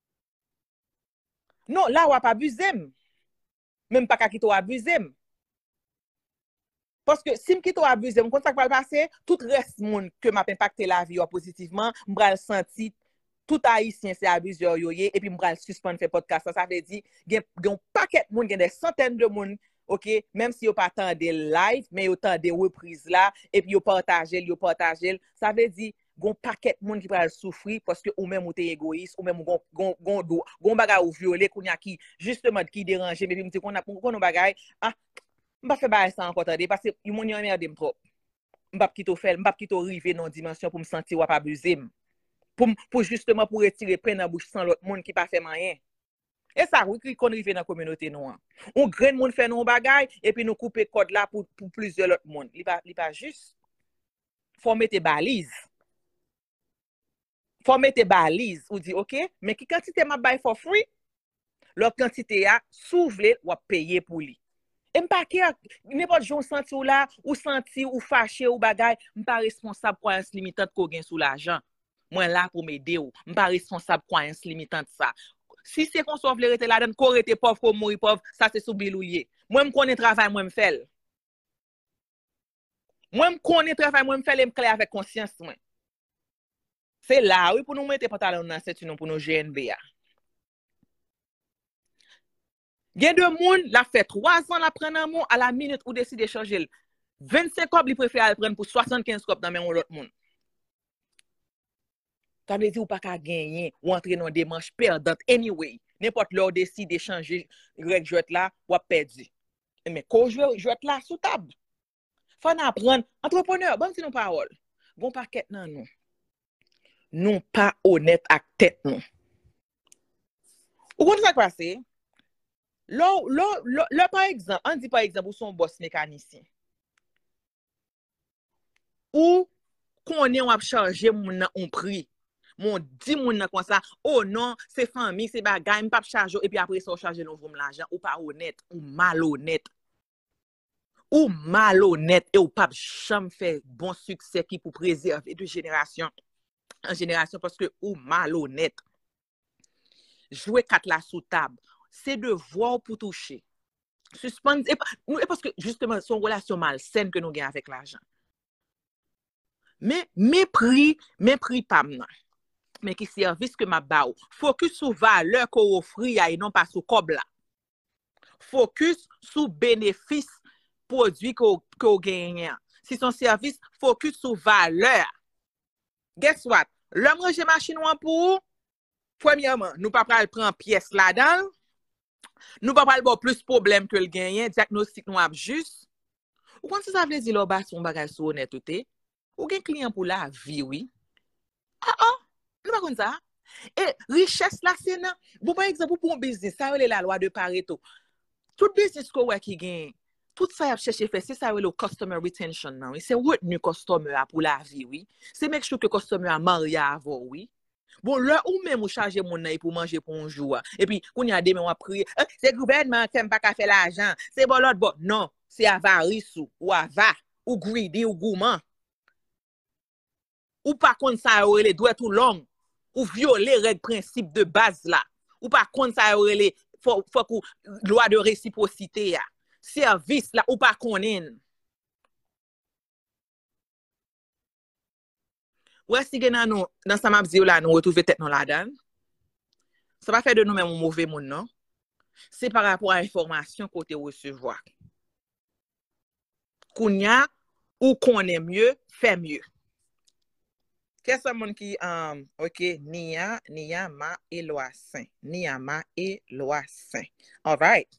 Non, là on va pas abuser. Même pas qu'à quitter abuser. Parce que si me quitte abuser, quand ça va passer, tout reste monde que m'a impacté la vie positivement, m'bral senti tout haïtien c'est abuseur yoyé et puis m'bral suspendre faire podcast. Ça veut dire gen paquet monde, gen des centaines de monde. OK, même si vous pas tant de live, mais vous tant de reprises là et puis vous partagez, ça veut dire gon paquet monde qui va souffrir parce que ou même ou t'es égoïste ou même gon bagay ou violé kounya qui justement qui dérange mais puis me dit qu'on bagay ah m'pa faire bail ça encore tande parce que moun yon merde trop m'pa quitter faire m'pa quitter river dans dimension pour me sentir ou pas abuser pour justement pour retirer prendre dans bouche sans l'autre monde qui pas fait rien. Et ça, oui, qu'on arrive dans la communauté noire. On grain monde fait nos bagailles et puis nous couper code là pour plusieurs autres monde. Il pas juste. Faut mettre balises. Faut mettre balises ou dire OK, mais qui quantité m'a buy for free? L'autre quantité a souvle ou payer pour lui. Et m'pa que n'importe jour senti ou là ou senti ou fâché ou bagaille, m'pa responsable croyance limitante qu'on gagne sous l'argent. Moi là pour m'aider ou m'pa responsable croyance limitante ça. Si c'est qu'on sauve les là dedans qu'on était pauvre qu'on mourir pauvre, ça c'est sous biloulier. Moi me connais travail moi me fait. Moi me connais travail moi me fait et me clair avec conscience moi. C'est là oui pour nous mettre pantalon dans cette pour nos GNBA. Gen de moun la fait 3 ans la prendre amour à la minute ou décide de changer 25 cop li préfère prendre pour 75 cop dans même l'autre monde. Ça veut dire ou pas qu'à gagner ou entrer dans des manches perdantes anyway. N'importe leur décide de changer règle jouet là ou a perdu. Mais quand jouet là sous table. Faut apprendre entrepreneur, bon si non parole. Bon paquet nan nous. Non pas honnête avec tête nous. Ou quand ça passe? Là par exemple, on dit par exemple ou son boss mécanicien. Ou qu'on est on a charger mon on prix. Mon dit moun nan comme ça, oh non, c'est famille, c'est bagay, m'pa charger et puis après ça charger l'on vrom l'argent ou pas honnête ou malhonnête. Ou malhonnête et ou pas jamais fait bon succès qui pour préserver de génération en génération parce que ou malhonnête. Jouer quatre la sous table, c'est de voir pour toucher. Suspendre et parce que justement son relation malsaine que nous gagnons avec l'argent. Mais mépris pas maintenant. mais qui service que m'a ba ou. Focus sur valeur qu'on offre et non pas sur cob là. Focus sur bénéfice produit qu'on gagne. Si son service, focus sur valeur. Guess what? L'homme range machine pour premièrement, nous pas prendre pièce là-dedans. Nous pas avoir plus problème que le gagnant, diagnostic nous a juste. Ou quand ça veut dire là bas son bagage sur honnêteté, ou gen client pour la vie oui. Nous pas comme ça. Et richesse là c'est nan. Bon par exemple pour un business, ça c'est la loi de Pareto. Tout business qui gagne, tout ça a cherché faire, c'est ça le customer retention nan. C'est retenir customer pour la vie oui. C'est make sure que customer a marié avant oui. Bon, là ou même ou charger mon nez pour manger pour un jour. Et puis, quand il y a des moments prier, c'est le gouvernement qui n'aime pas faire l'argent. C'est bon l'autre bon. Non, c'est avarice ou ava, ou greedy ou gourmand. Ou pas contre ça les doigts tout long, ou violer règles principes de base là. Ou pas contre ça les faut que loi de réciprocité ya. Service là ou pas connaître. Ouais, si dans sa map là, nous retrouver tête dans la donne. Ça va faire de nous-mêmes un mauvais monde, non? C'est par rapport à l'information qu'on te recevoir. Kounya, ou connaît mieux, fait mieux. Qu'est-ce que qui, ok, Nia, ma et loi saint. Nia, ma et loi saint. All right.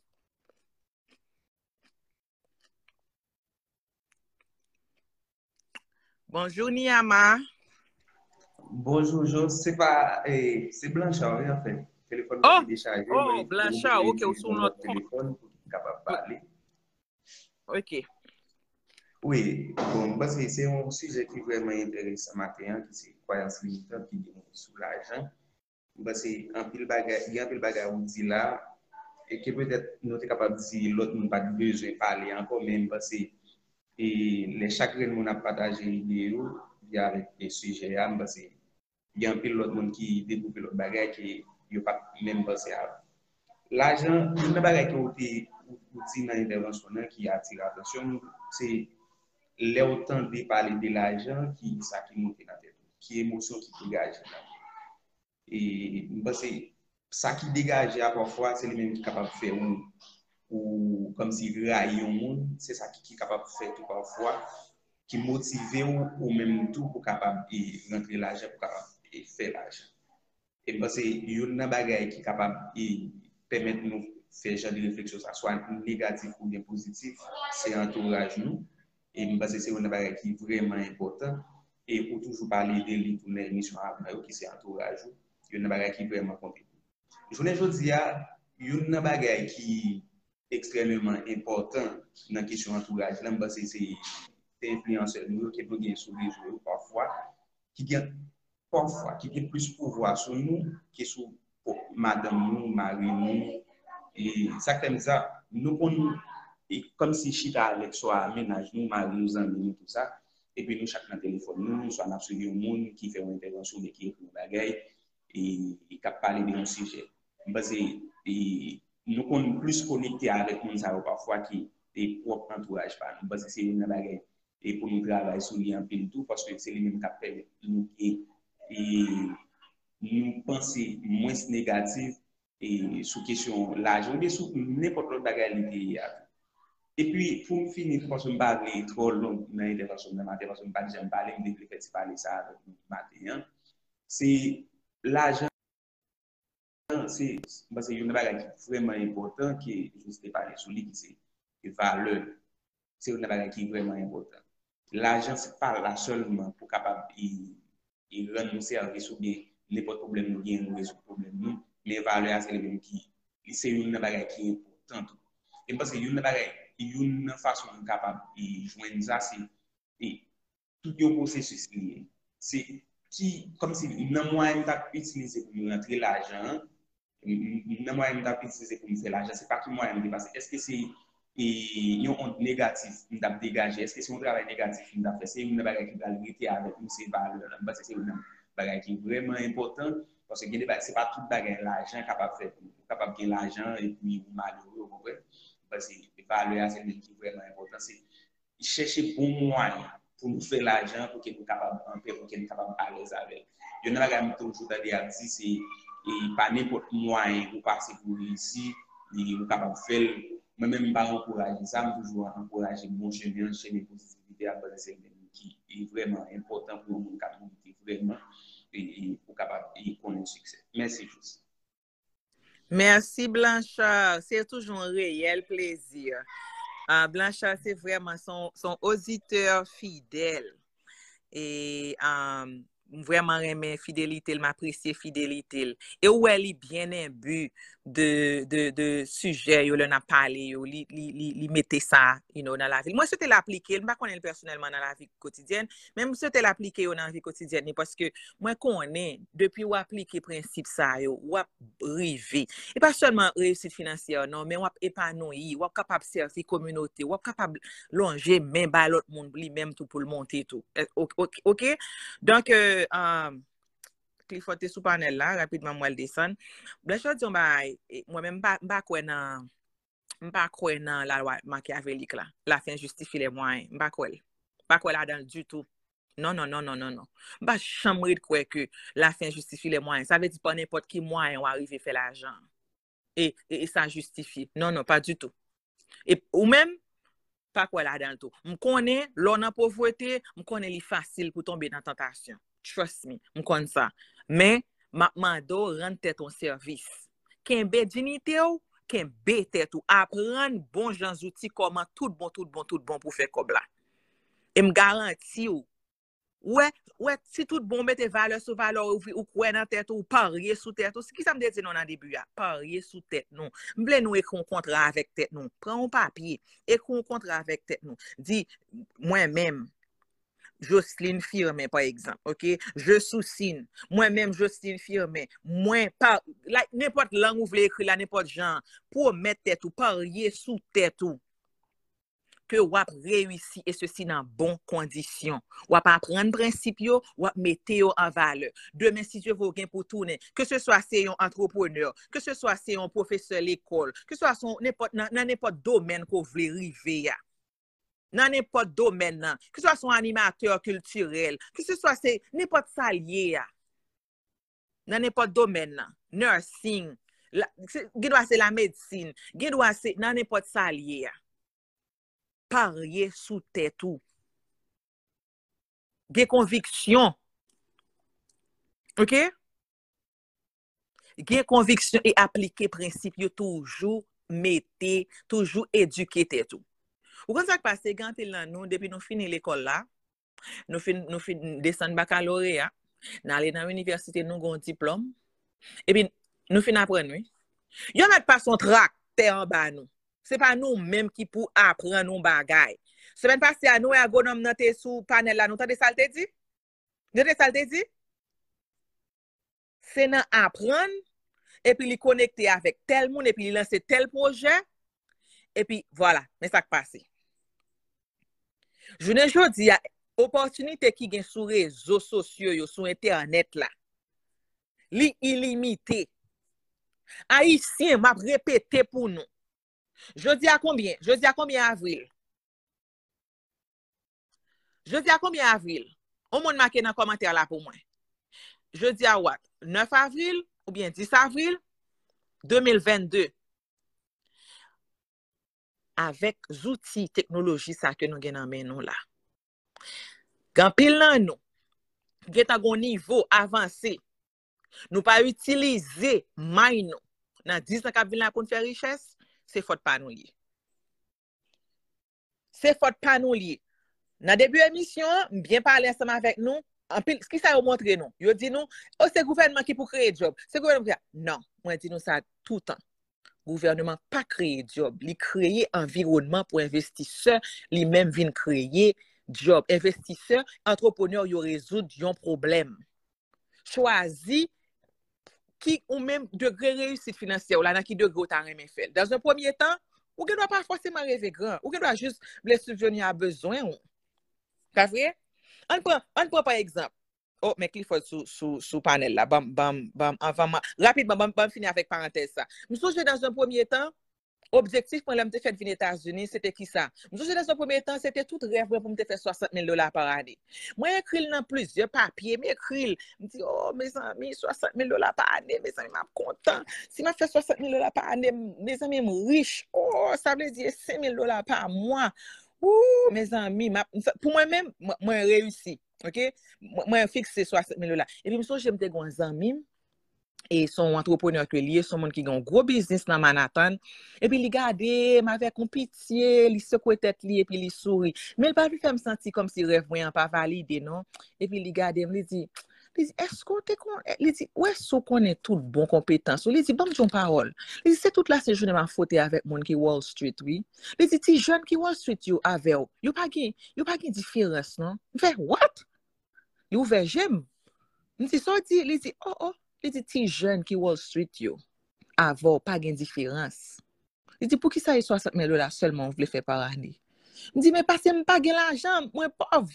Bonjour, Niama. Bonjour, c'est pas, c'est Blanchard, en fait. Téléphone Oh, qui est déchargé. oh, Blanchard, ok, ou sur notre téléphone pour être capable de parler. Ok. Oui, bon, bah, c'est un sujet qui est vraiment intéressant matin, qui c'est croyance limitante qui est sous l'argent. Bah, c'est un pile bagage, il y a un pile bagage où dit là, et que peut-être nous sommes capables de dire l'autre n'a pas besoin de parler encore, même parce que les chagrins qu'on a partagé via avec les sujets, parce que il y a un peu l'autre monde qui découvre l'autre bagage qui n'a pas même pensé à. L'argent, une bagage qui dit dans l'intervention qui attire l'attention, c'est l'autant de parler de l'argent qui ça qui monte dans la tête, qui émotion qui dégage. Et parce que ça qui dégage parfois, c'est lui-même qui est capable de faire ou comme si railler au monde, c'est ça qui est capable de faire tout parfois, qui motive ou même tout pour capable de rentrer l'argent, pour capable de faire l'argent. Et parce que il y a une bagaille qui est capable de permettre nous faire genre de réflexion, soit négatif ou bien positif, c'est entourage nous. Et parce que c'est une bagaille qui est vraiment important. Et pour toujours parler de lui pour l'émission qui c'est entourage, il y a une bagaille qui est vraiment compliquée. Je voulais dire, il y a une bagaille qui est extrêmement important dans la question entourage. Là, parce que c'est influenceur nous qui nous sur les réseaux parfois, qui a plus pouvoir sur nous que sur madame nous, mari nous. Et ça comme ça, nous comme si chita avec soi, ménage nous, mari nous, amis tout ça. Et puis nous, chacun téléphone nous, soit nous suivi un monde qui fait une intervention, mais qui écrit une bagaille et qui parle de un sujet. Parce que nous sommes plus connectés avec nous parfois qui est propre entourage par nous. Parce que c'est une bagaille et pour nous travailler sur lui en pile tout, parce que c'est lui même qui permet nous et nous penser moins négatif et sous question l'argent, mais sur n'importe quelle bagage. Et puis, pour me finir, parce que je ne vais pas trop long dans l'intervention de matin, parce que je ne vais pas parler, je vais parler ça avec nous matin, c'est l'argent, c'est une bagage vraiment important qui je ne parler sur lui, qui c'est valeur. C'est une bagage qui est vraiment important. L'argent, ce n'est pas là seulement pour capable de rendre nos services ou bien n'importe problème nous gagnons, nous résoudre problème nous, mais valeur, c'est le même qui, c'est une bagage qui est importante. Et parce que une bagage, une façon capable de joindre ça, c'est tout le processus lié. C'est qui, comme si nous moyen d'utiliser pour nous rentrer l'argent, nous moyen d'utiliser pour nous faire l'argent, c'est pas tout moyen de passer. Est-ce que c'est un honte négatif nous avons dégagé? Est-ce que c'est un travail négatif nous avons fait? C'est une bagage qui va rester avec nous, c'est valeurs. Parce que c'est une bagage qui est vraiment important. Parce que ce n'est pas tout bagage l'argent capable de faire. Capable de gagner l'argent et puis malheureux. Parce que les valeurs, c'est qui est vraiment important. C'est chercher bon moyen pour nous faire l'argent pour que nous capables pour que nous capables à l'aise avec. Je ne vais toujours dire c'est pas n'importe moyen pour passer pour réussir, nous capable de faire. Moi-même, pas encourager ça, je toujours encourager mon chemin, enchaîner positivité à base de ce qui est vraiment important pour mon communauté, vraiment, et pour capable de connaître le succès. Merci, José. Merci, Blanchard. C'est toujours un réel plaisir. Blanchard, c'est vraiment son auditeur fidèle. Et vraiment aimé fidélité, il m'apprécie fidélité. Et où elle est bien imbu de sujet, il a parlé, il mettait ça dans la vie. Moi, c'était l'appliquer, je ne connais pas personnellement dans la vie quotidienne, mais c'était l'appliquer dans la vie quotidienne parce que moi, connais, depuis ou appliquer principe ça, ou arriver. Et pas seulement réussite financière, non, mais ou épanoui, ou capable de servir communauté, ou capable de longer même à l'autre monde, même tout pour le monter tout. OK? Donc, Clifford est sous panel là, rapidement, moi, le descend. Blanchard dit, moi-même, pas quoi dans la loi machiavélique là. La fin justifie les moyens. Pas quoi là-dedans du tout. Non. Pas chambre de quoi que la fin justifie les moyens. Ça veut dire pas n'importe qui moyen ou arriver à faire l'argent. Et ça justifie. Non, pas du tout. Ou même, pas quoi là-dedans tout. Je connais, l'on en pauvreté, je connais les facile pour tomber dans la tentation. Trust me, je connais ça. Mais, mando rend tête ton service. Qu'un dignité ou, qu'un tête ou, apprendre bon gens outils comment tout bon pour faire comme là. Et me garantis ou, ouais, si tout bon mette valeur sur valeur ou quoi dans tête ou parier sous tête ou, ce qui ça me dit non dans début ya, parier sous tête non. M'ble nous écrit un contrat avec tête non. Prends un papier, écrit un contrat avec tête non. Dis moi-même Jocelyne Firmin, par exemple, OK? Je sous-signe. Moi-même, Jocelyne Firmin. Moi, pas, n'importe langue où vous voulez écrire là, n'importe genre, pour mettre tête ou parier sous tête ou, que vous réussi et ceci dans bonnes conditions. Vous apprendre principe yo, vous mettre en valeur. Demain, si Dieu vous gain pour tourner, que ce soit c'est un entrepreneur, que ce soit c'est un professeur l'école, que ce soit n'importe domaine que vous voulez arriver. Dans n'importe domaine, que ce soit son animateur culturel, que ce soit c'est n'importe salier, dans n'importe domaine, nursing, c'est la médecine, c'est dans n'importe salier. Parier sous tête ou. Des convictions. OK? Des convictions et appliquer principe toujours mettez, toujours éduquer tête ou. Ou quand ça passe, quand nous, depuis nous finir l'école là, nous fin descendre baccalauréat, nous aller dans l'université, nous avons un diplôme, et puis nous fin apprendre, oui. Yon met pas son tracteur en bas nous. C'est pas nous même qui pour apprendre nos bagailles. Semaine passée, à nous, agronome nan te sous panel là, nous t'entendez ça te dit? Vous entendez ça te dit? C'est nan apprendre, et puis li connecter avec tel monde, et puis li lancer tel projet, et puis voilà, mais ça qui passe. Je ne dis à opportunité qui gen sur réseaux sociaux, sur internet là. Li illimité. Haïtien m'a répété pour nous. Je dis à combien? Je dis à combien avril? Je dis à combien avril? On m'a marqué dans le commentaire là pour moi. Je dis à what? 9 avril ou bien 10 avril 2022. Avec outils technologie ça que nous gagnons nous là. Quand pile nan nous, gen ta gon niveau avancé. Nous pas utiliser may nous. Dans 10 ans k'ap vinn la pour faire richesse, c'est faute pas nous lié. C'est faute pas nous lié. Dans début émission, bien parler ensemble avec nous. En pile, ce qui ça montre nous. Yo dit nous, oh c'est gouvernement qui pour créer job. C'est gouvernement qui non, moi dit nous ça tout le temps. Gouvernement pas créer job, li créer environnement pour investisseurs, li même vinn créer job. Investisseurs, entrepreneurs yo résoudre yon problème. Choisi qui ou même degré réussite financière là dans qui degré ta remen faire. Dans un premier temps, ou ne doit pas forcément rêver grand, ou doit juste les subvenir à besoin. Pas vrai? On prend par exemple. Oh, mais Clifford sous panel là, bam, avant rapidement, bam, finir avec parenthèse ça. Je songe dans un premier temps, Objectif pour l'homme de fait venir aux États-Unis, c'était qui ça? Moi, dans un premier temps, c'était tout rêve pour me faire $60,000 par année. Moi, j'écris dans plusieurs papiers, mais j'écris, je me dis, oh, mes amis, $60,000 par année, mes amis, je suis content. Si je fais $60,000 par année, mes amis, je suis riche. Oh, ça veut dire $5,000 par mois. Ouh, mes amis, pour moi-même, moi, réussi. OK? Moi, fixé $60,000. Et puis, je me dis, mes amis, et son entrepreneur que lié, son monde qui a un gros business dans Manhattan. Et puis, il regarde, m'avait con pitié, il secouait tête li, et puis il sourit. Mais il pas fait me sentir comme si rêve moyen pas validé, non? Et puis, il regarde, il dit, est-ce qu'on te connaît? Il dit, où est-ce qu'on est tout bon compétence? Il dit, bon, ton parole. Il dit, c'est toute la séjourne m'a fauté avec mon qui Wall Street, oui. Il dit, ti jeune qui Wall Street, you avec, you pas de différence, non? Il fait, what? Il ouvert j'aime. Il dit, sorti, il dit, oh, il dit, ti jeune qui Wall Street, yo, avant, pas de différence. Il dit, pour qui ça y $60,000 seulement, vous le faites par année? Il dit, mais parce que je pas de l'argent, moi pauvre.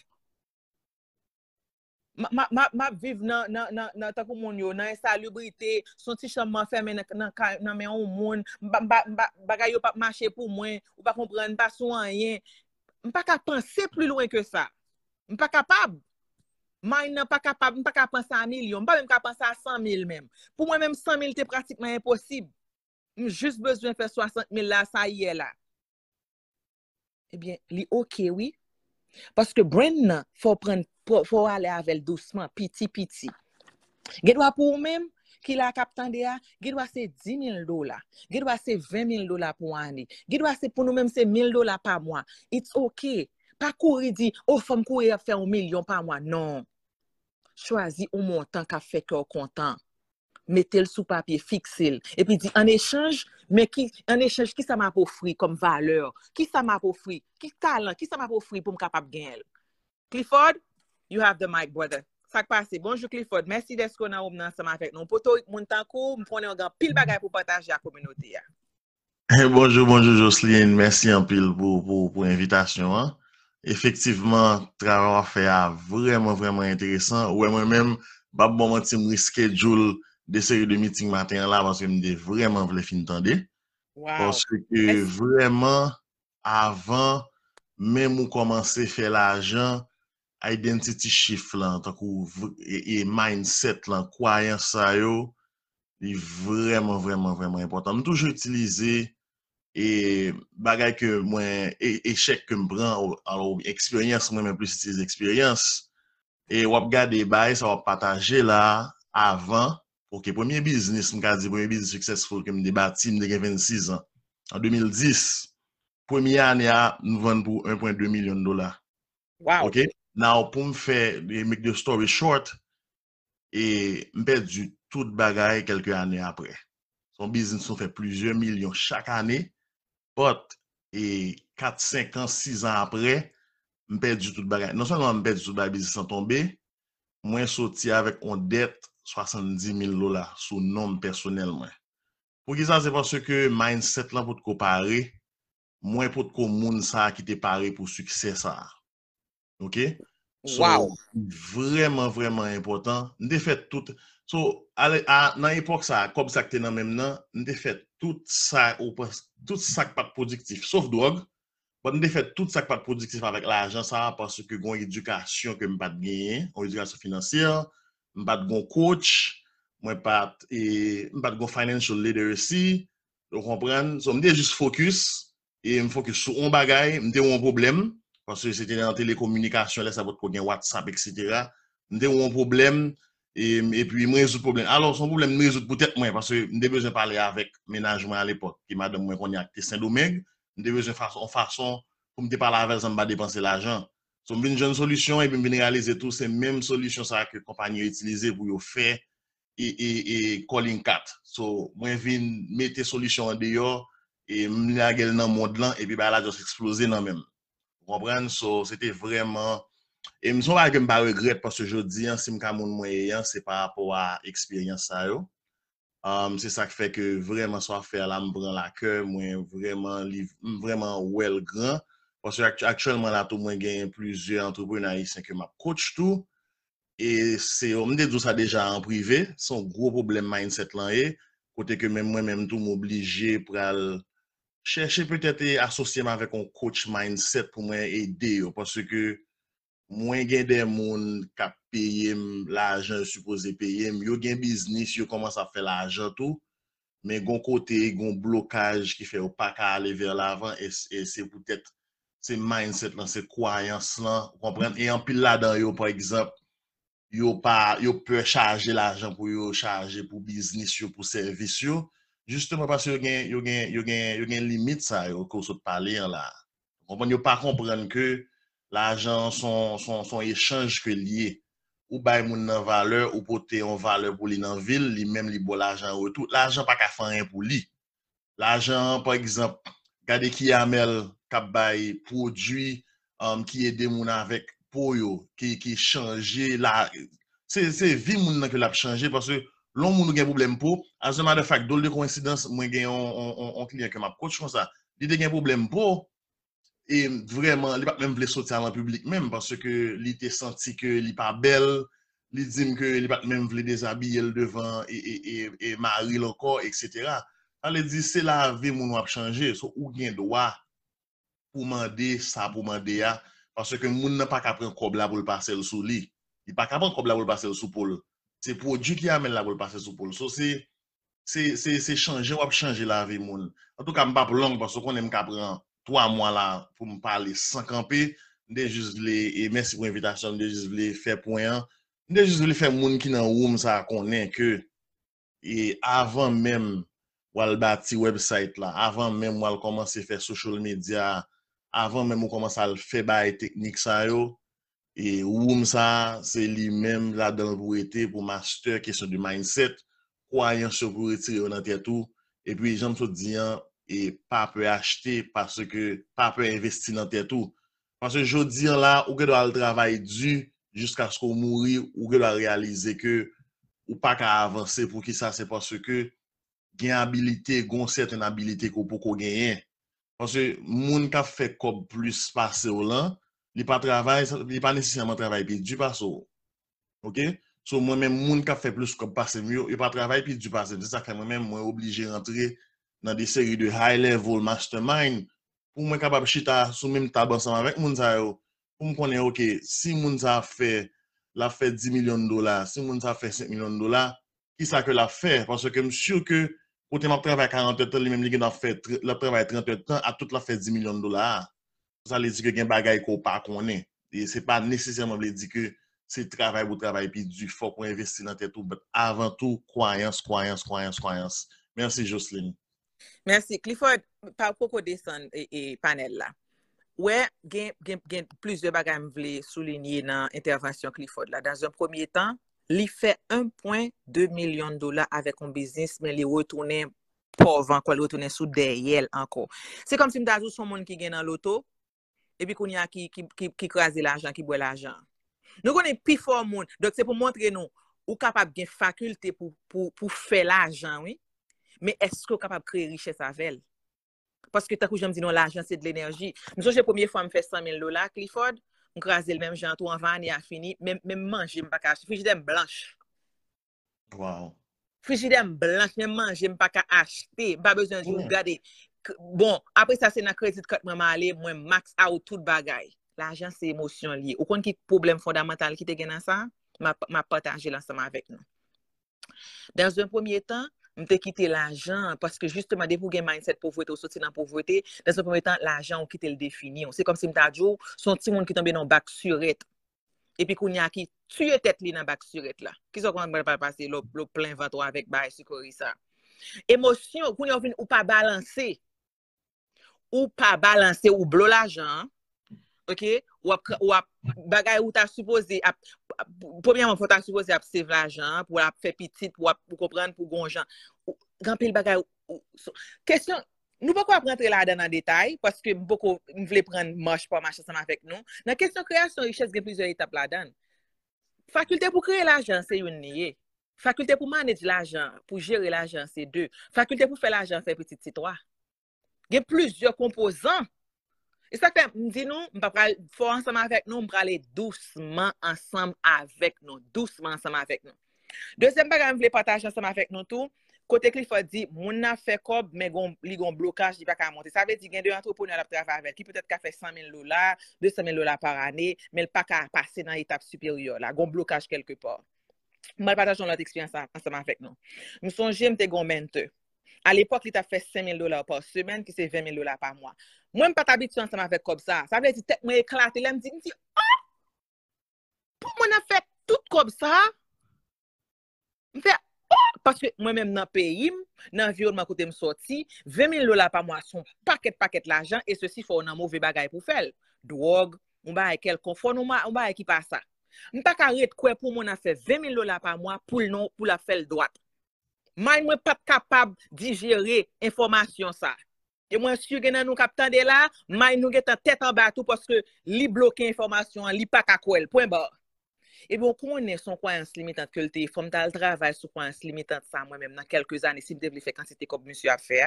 Ma vive dans ta commune yo, dans insalubrité, son petit chambre fermé dans men on monde, bagay yo pas marcher pour moi, ou pas comprendre pas sou rien. M'pas ka penser plus loin que ça. M'pas capable. Moi, je pas capable, pas capable penser à 1 million, pas même capable penser à 100,000 même. Pour moi même 100,000 c'est pratiquement impossible. J'ai juste besoin de faire 60,000 là, ça y est là. Eh bien, li OK oui. Parce que Brandon faut aller avec doucement, petit. Gè doit pour même qui la captain de a, gè doit c'est $10,000. Gè doit c'est $20,000 pour année. Gè doit c'est pour nous même c'est $1,000 par mois. It's OK. Pas courir dit, oh, femme courir faire 1 million par mois. Non. Choisis un montant qui fait cœur content. Mettez-le sous papier, fixez-le. Et puis dit en échange, qui ça m'a offert comme valeur? Qui ça m'a offert? Qui talent? Qui ça m'a offert pour me capable gagner? Clifford, you have the mic, brother. Ça passe. Bonjour Clifford. Merci d'être qu'on a ensemble avec nous. Poto mon tankou, me connais un pile bagay pour partager à la communauté. Bonjour Jocelyne, merci un pile pour l'invitation. Hein. Effectivement, travail fait vraiment intéressant. Ouais, moi-même, pas bon mentir, me schedule des séries de meetings matin là parce que me vraiment voulais fin tendre. Wow. Parce que vraiment avant même ou commencer faire l'argent, identity shift là, tant et mindset là, croyance ça yo, est vraiment important. Je toujours utiliser et bagay que moi échec que me prend alors expérience moi même plus utiliser expérience et on regarder bail ça va partager là avant pour que premier business me dit premier business successful que me débattu me 26 ans en 2010 première année nous vendre pour 1,2 million de dollars. Wow. OK, now pour me faire make the story short et me perdu toute bagaille quelques années après. Son business on fait plusieurs millions chaque année. But, et 4, 5 ans, 6 ans après, je perdu tout le bagage. Non seulement je perdu tout le bagage sans tomber, moi sorti avec une dette $70,000 sous nom personnel. Pour qui ça, c'est parce que mindset là pour te comparer, moi pour te monde ça qui te paré pour succès ça. OK? So, wow. Vraiment important. Nous fait tout. So, dans l'époque ça, comme ça que tu dans même nan, nous fait tout ça pas productif, sauf drogue. Nous fait tout ça pas productif avec l'argent ça parce que gon éducation que m'pas gagner, en éducation financière, m'pas gon coach, moi pas et m'pas gon financial literacy. Vous comprenez? So, m'dé juste focus et me focus sur un bagay, m'dé un problème parce que c'était dans télécommunication là ça va te WhatsApp etc. M'dé un problème et puis me résoudre problème. Alors son problème me résoudre peut-être moi parce que m'dé besoin parler avec ménagement à l'époque qui madame moi qu'on y a Saint-Domingue, m'dé besoin façon pour me parler avec ça me pas dépenser l'argent. So une jeune solution et puis me réaliser tout ces mêmes solutions ça que compagnie utilisé pour faire et calling cat. So moi vinn mettre solution en dehors et me la gueule dans monde là et puis bah là juste exploser dans même. Vous comprenez? So c'était vraiment et me sont pas que me pas regret parce que je dis si me ka moun moyen c'est par rapport à expérience ça yo. C'est ça qui fait que vraiment soit faire là me prend la cœur moi vraiment well grand parce que actuellement là tout moi gagne plusieurs entrepreneurs haïtiens que m'a coach tout et c'est on me dit ça déjà en privé son gros problème mindset là est côté que même moi même tout m'obligé pour chercher peut-être associer avec un coach mindset pour moi aider parce que moi gen des moun qui payer l'argent supposé payer, yo gen business, yo commence à faire l'argent tout, mais gon côté gon blocage qui fait ou pas qu'à aller vers l'avant et c'est peut-être c'est mindset là, c'est croyance là, comprendre et en pile là-dedans yo par exemple yo peut charger l'argent pour yo charger pour business yo pour service yo justement parce que yo gen limite ça yo qu'on se parler là. Comprendre yo pas comprendre que l'argent son échange que lié ou bay moun nan valeur ou pote en valeur pour li nan ville li même li bo l'argent retour l'argent pas ka faire rien pour li l'argent par exemple gade qui amel k'ap bay produit qui aide moun avec pour yo qui changer la c'est vie moun nan que l'a changer parce que l'on moun gen problème pour as a matter of fact de coïncidence moi gen on client que m'a coach comme ça il gen problème pour et vraiment il pas même vle sortir en public même parce que il était senti que il pas belle il dit que il pas même vle déshabiller devant et mari encore etc. Ça veut dire c'est la vie moun a changer so ou gen droit pour demander ça pour demander ya parce que moun n'a pas qu'à prendre cob là pour le passer sous lui il pas qu'à prendre cob là pour le passer sous Paul c'est produit qui amène là pour le passer sous Paul so c'est changer ou changer la vie moun en tout cas m'pas pour long parce qu'on aime qu'à prendre 3 mois là pour me parler sans camper de juste et merci pour l'invitation de juste les faire point de juste les faire moun qui dans room ça connaît que et avant même ou al bâti website là avant même ou al commencer faire social media avant même ou commencer à faire bail technique ça yo et room ça c'est lui même là dans pour été pour master question du mindset croyance pour retirer dans tête tout et puis j'aime te dire et pas peut acheter parce que pas peut investir dans tête tout parce que je dis là ou que doit le travail dur jusqu'à ce qu'on mourir ou que doit réaliser que ou pas qu'à avancer pour qui ça c'est parce que gain habilité gon certaine habilité qu'on peut gagner parce que moun qui fait comme plus passer au là il pas travail il pas nécessairement travail puis du passe OK so moi même moun qui fait plus comme passer mieux il pas travail puis du passer c'est ça que moi même moi obligé rentrer dans des séries de high level mastermind pour moi capable chita sous même table ensemble avec moun ça yo pour me connaître OK si moun ça fait la fait 10 millions de dollars si moun ça fait 5 millions de dollars qui ça que la fait parce que je suis sûr que quand m'a travail 40 heures lui même il a fait le travail 30 heures temps à toute la fait 10 millions de dollars ça veut dire que gen bagay qu'on pas connaît et c'est pas nécessairement veut dire que c'est travail pour travail puis du fort pour investir dans tête tout avant tout croyance. Merci Jocelyne. Merci Clifford par pourquoi descendre et panel là. Ouais, gen plusieurs bagages que je voulais souligner dans l'intervention Clifford là. Dans un premier temps, il fait 1,2 million de dollars avec un business, mais il retourne pauvre encore, il retourne sous derrière encore. C'est comme si je disais son monde qui gagne dans l'auto, et puis qu'on y a qui crase l'argent, qui boit l'argent. Nous connaissons plus fort monde. Donc c'est pour montrer nous, ou capable de faculté pour faire l'argent, oui. Mais est-ce que vous capable de créer richesse avec elle? Parce que tant que je me dis non, l'argent c'est de l'énergie. Nous la première fois me fait 100 000 $, Clifford, on crase le même genre tout en vanne et a fini, même manger me pas acheter. Frigidaire blanche. Wow. Frigidaire blanche, même manger me pas acheter, pas besoin de regarder. Bon, après ça c'est dans crédit carte moi aller, moi max out tout bagay. L'argent c'est émotion liée. Ou qui problème fondamental qui te gagne dans ça, m'a partager l'ensemble avec nous. Dans un premier temps, je quitté l'argent parce que justement, dès que vous avez un mindset pauvreté ou sortir dans la pauvreté, dans un premier temps, l'argent, on quitte le défini. C'est comme si je dit, son petit monde qui tombe dans le bac surette. Et puis, qu'on y a qui tue tête dans le bac surette là. Qui sont qu'on va passer le plein ventre avec bail sucre ça. Émotion, qu'on y a ou pas balancer. Ou pas balancer ou blo l'argent. OK? Ou bagay ou t'as supposé premièrement faut t'as supposé à save l'argent pour faire petit pour comprendre pour gonjan grand pile bagay question nous pas rentrer là dans détail parce que beaucoup nous voulons prendre marche par marche ensemble avec nous dans question création richesse il y a plusieurs étapes là-dedans faculté pour créer l'argent c'est une niée faculté pour manager l'argent pour gérer l'argent c'est 2 faculté pour faire l'argent c'est petit c'est 3 il y a plusieurs composants. Et ça fait, dis nous, on va parler fort ensemble avec nous, on va aller doucement ensemble avec nous. Deuxième bagage, je voulais partager ensemble avec nous tout, Côté Clifford dit, moun n'a fait cob, mais li gon blocage, il pas qu'à monter. Ça veut dire qu'il y a deux entrepreneurs qui travaillent avec, qui peut-être qu'a fait $100,000, $200,000 par année, mais il pas qu'à passer dans l'étape supérieure, là. Gon blocage quelque part. Moi, partage notre expérience ensemble avec nous. Nous sommes j'aime gon menteur. À l'époque, il t'a fait $5,000 par semaine, qui c'est $20,000 par mois. Moi, je pas habitué ensemble avec comme ça. Ça veut dire que moi éclaté, là, me dit, oh, pour moi, on a fait tout comme ça. Je fais, oh, parce que moi-même, dans le pays, dans l'environnement côté me sorti, $20,000 par mois sont paquet l'argent, et ceci, il faut un mauvais bagage pour faire. Drogue, on va quel confort, on va qui passe ça. Je ne peux pas arrêter quoi pour moi, on a fait $20,000 par mois pour la faire droite. Moi, je ne suis pas capable de digérer l'information ça. Et moi, sûr que nous captons de là, moi, nous sommes tête en bas tout parce que li bloque l'information, li pas qu'à quoi, point barre. Et bon, qu'on est son croyance limitante que le téléphone, dans le travail sur croyance limitante ça, moi-même, dans quelques années, si je devais faire quantité comme monsieur a fait.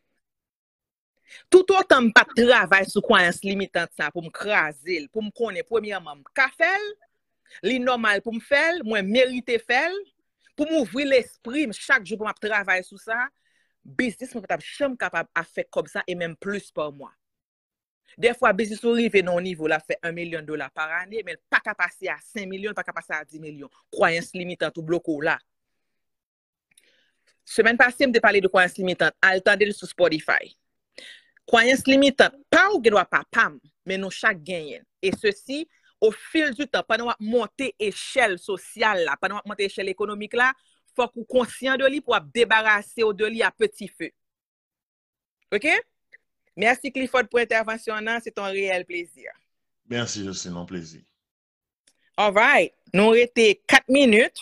Tout autant pas travail sur croyance limitante ça pour me craser, pour me connaître, premièrement, qu'à faire, li normal pour me faire, moi, mériter faire, pour m'ouvrir l'esprit, chaque jour pour me travailler sur ça, business, je suis capable de faire comme ça et même plus par mois. Des fois, business arrive dans un niveau là, fait $1 million par année, mais pas capable passer à 5 millions, pas capable passer à 10 millions. Croyance limitante ou bloco là. Semaine passée, je parlé de croyance limitante. Attendez sur Spotify. Croyance limitante, pas ou doit pas pam, mais nous chaque gagne. Et ceci, au fil du temps, pendant monter échelle sociale là, pendant monter échelle économique là, faut qu'on conscient de lui pour débarrasser de lui à petit feu. OK? Merci Clifford pour l'intervention. C'est un réel plaisir. Merci, c'est un plaisir. All right. Nous étions 4 minutes.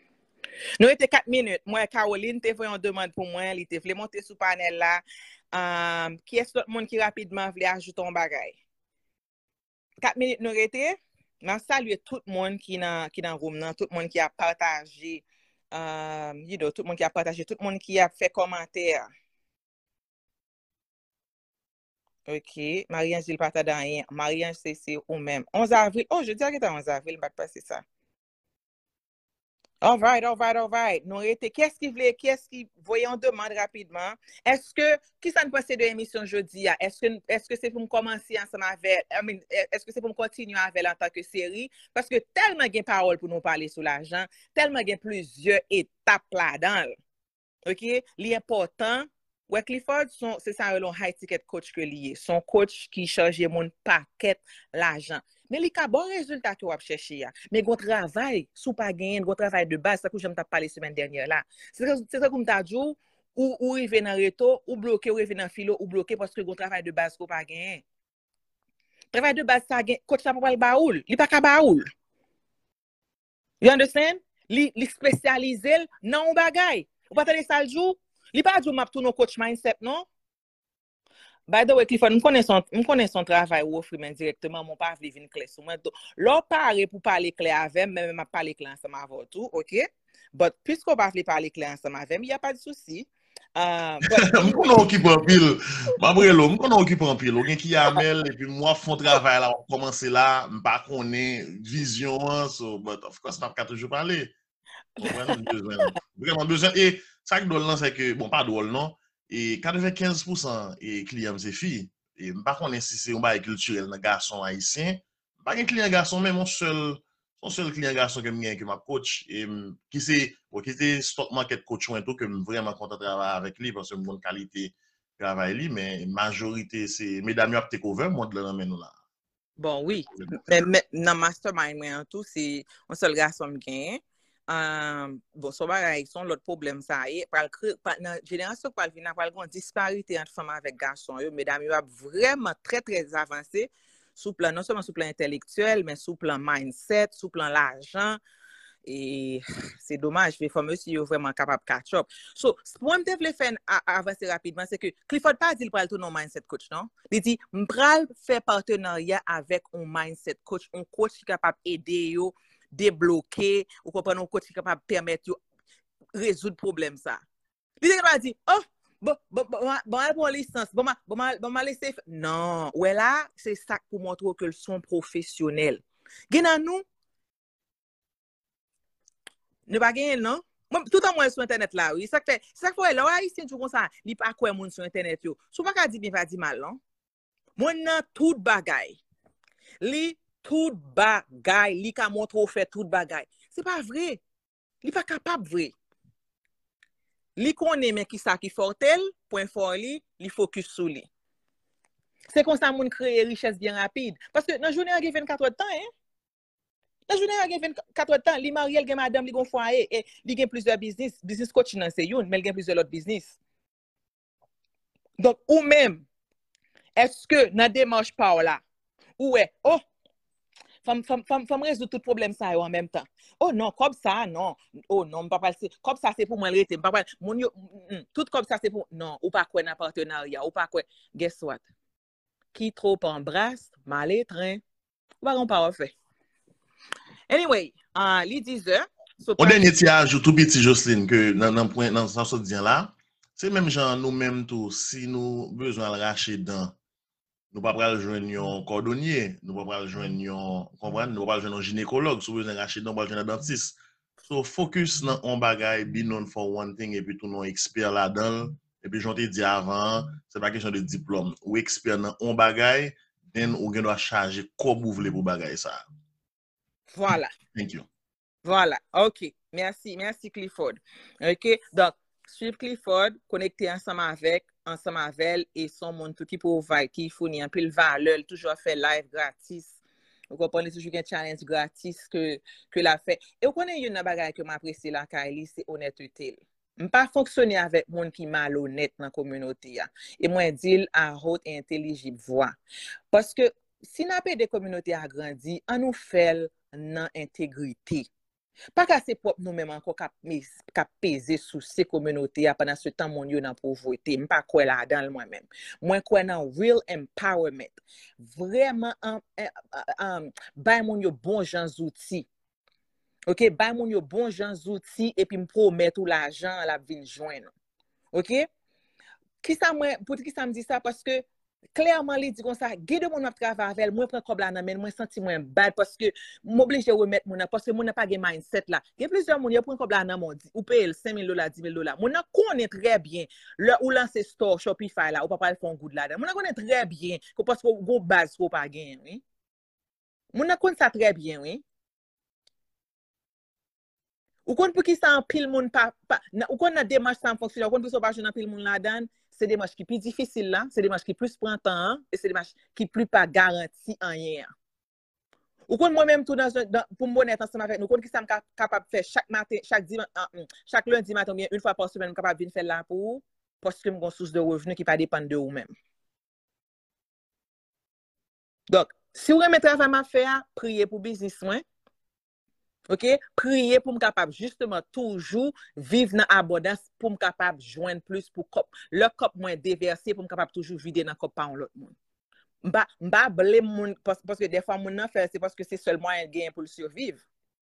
Moi, Caroline, tu fait une demande pour moi. Elle te voulait monter sur le panel là. Qui est-ce le monde qui rapidement voulait ajouter un bagage? 4 minutes nous étions. Je salue tout le monde qui est dans le room, tout le monde qui a partagé. Tout le monde qui a partagé, tout le monde qui a fait commentaire. OK. Marianne, je ne pas dans rien. Marianne, c'est ou même. 11 avril. Oh, je dirais que c'est 11 avril, je ne vais pas passer ça. All right. Nous étions, qu'est-ce qui voyons en demande rapidement? Qui ça nous passe de l'émission aujourd'hui? Est-ce que c'est pour me commencer ensemble avec, est-ce que c'est pour me continuer avec en tant que série? Parce que tellement il y a parole pour nous parler sur l'argent, tellement il y a plusieurs étapes là-dedans. OK? L'important, ouais, Clifford, c'est ça, un high ticket coach que lié. Son coach qui charge mon paquet l'argent. Mais il y a bon résultat que vous cherchez. Mais vous travail, sous pas gagner, vous travail de base, ça que j'aime parler la semaine dernière là. C'est ça comme t'as dit, ou rive dans réto, ou bloqué, ou rive dans filo, ou bloqué parce que vous travail de base qu'on pas gagner. Travail de base, ça gagne, coach ça pas le baoul, il pas ka baoul. You understand? Li spécialisé dans un bagay. Ou pas télé ça le jour, li pas du map tout nos coach mindset non? By the way, Clifford, je connais son travail ou offrir directement, mon père vient clair sur moi. Là, parler pour parler clair avec, même je parler clair ensemble avec tout, OK? But puisqu'on va parler clair ensemble avec, il n'y a pas de souci. Je connais occupe en pile. Mabrelo, je connais occupe en pile. Quelqu'un qui amène et puis moi font travail là, on commence là, je pas connais vision, so but of course, pas toujours parler. Vraiment besoin et ça qui doit c'est que bon pas drôle non. Et 95% et clients c'est filles et par contre si c'est un bail culturel dans garçon haïtien pas un client garçon mais mon seul client garçon que m'a coach et qui c'est stock market coach tout que vraiment content de travailler avec lui parce que bonne qualité travail lui mais majorité c'est mesdames a take over monde là nous là. Bon oui mais dans mastermind moi tout c'est un seul garçon gagne. Bon, ça va son l'autre problème ça est dans génération qui vient avoir une disparité entre femmes avec garçons mesdames ils sont vraiment très très avancé sous plan non seulement sous plan intellectuel mais sous plan mindset sous plan l'argent et c'est dommage les femmes aussi sont vraiment capables de catch up. So pour moi me faire avancer rapidement c'est que Clifford pas dit pour tout non mindset coach non il dit m'pral faire partenariat avec un mindset coach un coach qui est capable d'aider yo débloquer ou comprendre un coach qui est capable de permettre de résoudre problème ça. Il dit oh bon licence bon laisser non ouais là c'est ça pour montrer que sont professionnels. Gena nous ne pas gagner non Tout en moi sur internet là, oui. Ça fait là ici tout comme ça, li pas quoi moun sur internet yo. Sou pas ka di bien pas di mal, non? Moun nan tout bagay. Li tout bagay, li ka montre ou fait tout bagay. C'est pas vrai. Li pas capable vrai. Li connaît men qui ça qui fortel, point fort li focus sur li. C'est comme ça moun créer richesse bien rapide parce que dans journée a 24 heures de temps, hein. Dans journée a 24 heures de temps, li mariel gen madame li gon foyer et li gen plusieurs business coaching nan c'est youn, mais il gen plusieurs autres business. Donc ou même est-ce que dans démarche par là ou est oh femme résoudre tout problème ça en même temps. Oh non, comme ça non. Oh non, pas passer. Comme ça c'est pour moi le rete, pas mon yo tout comme ça c'est pour non, ou pas quoi dans partenariat, ou pas quoi. Guess what? Qui trop embrasse, mal étreint. Ou pas on pas fait. Anyway, li disait au dernier tiage tout petit Jocelyne que dans point dans ce dire là, c'est même genre nous même tout si nous besoin de racheter dans nous pas pral joindre un cordonnier, nous pas pral joindre comprendre, nous pas joindre un gynécologue, si besoin racheter dans pas joindre un dentiste. So focus dans on bagay be known for one thing et puis tout non expert là-dedans et puis j'en t'ai dit avant, c'est pas question de diplôme ou expert dans on bagay, then ou doit charger comme vous voulez pour bagay ça. Voilà. Thank you. Voilà. OK. Merci Clifford. OK. Donc suivre Clifford, connecter ensemble avec et son monde tout qui provide, qui fournit un peu de valeur, toujours fait live gratis. Vous comprenez toujours un challenge gratis que la fait. Et vous connaissez une bagage que m'apprécie la Kylie, c'est honnêteté. Je pas fonctionner avec monde qui malhonnête dans la communauté et moi dire à haute et intelligible voix. Parce que si n'a pas des communautés agrandies, on nous fait dans intégrité. Pas qu'à c'est propre nous-mêmes encore qu'à peser sous ces communautés pendant ce temps mon yo dans pauvreté, m'pas quoi là dans moi-même. Moi quoi dans real empowerment. Vraiment bay mon yo bon gens outils. OK, bay mon yo bon gens outils et puis me promettre tout l'argent la vinn joindre. OK? Qui ça moi pour qui ça me dit ça parce que clairement il dit comme ça guide mon travail avec moi prend comme là mais moi senti moi bad parce que m'oblige remettre mon parce que mon n'a pas de mindset là il y a plusieurs monde prend comme là dans mon dit ou paye $5,000 $10,000 mon connaît très bien le ou lancer store Shopify là ou pas faire un good là mon connaît très bien que parce que go base faut pas gagner oui mon connaît ça très bien oui ou connaît pour qui ça en pile monde pas ou connaît démarche ça fonctionne ou connaît pour ça pas jeune en pile monde là-dedans. C'est des marches qui plus difficiles là, c'est des marches qui plus prend temps et c'est des marches qui plus pas garanti en rien. Ou quand moi même tout pour me honnête ensemble avec nous, quand qui ça capable faire chaque matin, chaque lundi matin bien une fois par semaine capable venir faire là pour parce que mon source de revenus qui pas dépendre de vous même. Donc, si vous remettez travail à faire, priez pour business moi. OK, prier pour me capable justement toujours vivre dans abondance pour me capable joindre plus pour le cop moins déverser pour me capable toujours vider dans cop pas l'autre monde. M'ba blame moun parce que des fois moun nan fait c'est parce que c'est seulement un gain pour le survivre.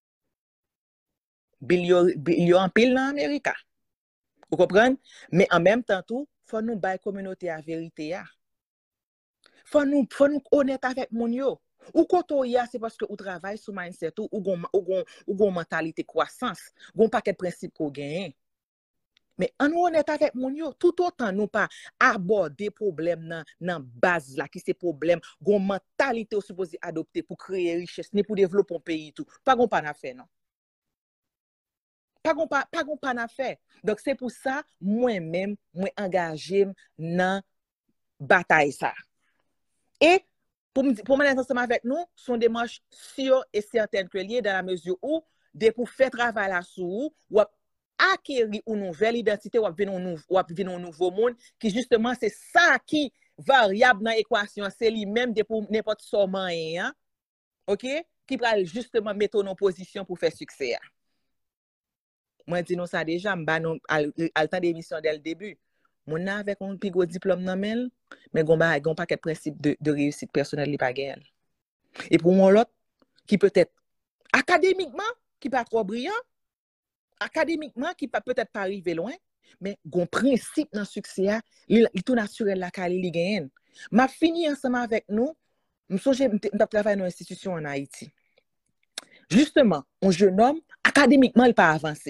Billion en pile dans Amérique. Vous comprenez? Mais en même temps tout, faut nous bailler communauté à vérité ya. Faut nous honnête avec moun yo. Ou koto ya c'est parce que ou travaille sur mindset ou gon mentalité croissance, gon paquet de principes qu'on gagne. Mais on honnête avec moun yo, tout autant nous pas aborder problème nan base là qui c'est problème, gon mentalité supposé adopter pour créer richesse ni pour développer un pays tout. Pas gon pas na faire non. Pas gon pas na faire. Donc c'est pour ça moi-même moi engagé dans bataille ça. Et pour me ensemble avec nous, sont des démarches sûres et certaines que liées dans la mesure où, pour faire travail là-dessous, ou acquérir une nouvelle identité, ou venir un nouveau monde, qui justement, c'est ça qui variable dans l'équation, c'est lui-même pour n'importe quoi moyen, OK? Qui va justement mettre en position pour faire succès. Moi, dis nous ça déjà, à temps d'émission dès le début. Mon avec un plus gros diplôme dans men, mais gon pas quel principe de réussite personnelle li pa gen. Et pour mon l'autre qui peut-être académiquement qui pas trop brillant, académiquement qui peut-être pas arriver loin, mais gon principe dans succès il tout naturel la kali li gen. M'a fini ensemble avec nous, m'songe m't'a travailler dans institution en Haïti. Justement, un jeune homme académiquement il pas avancé.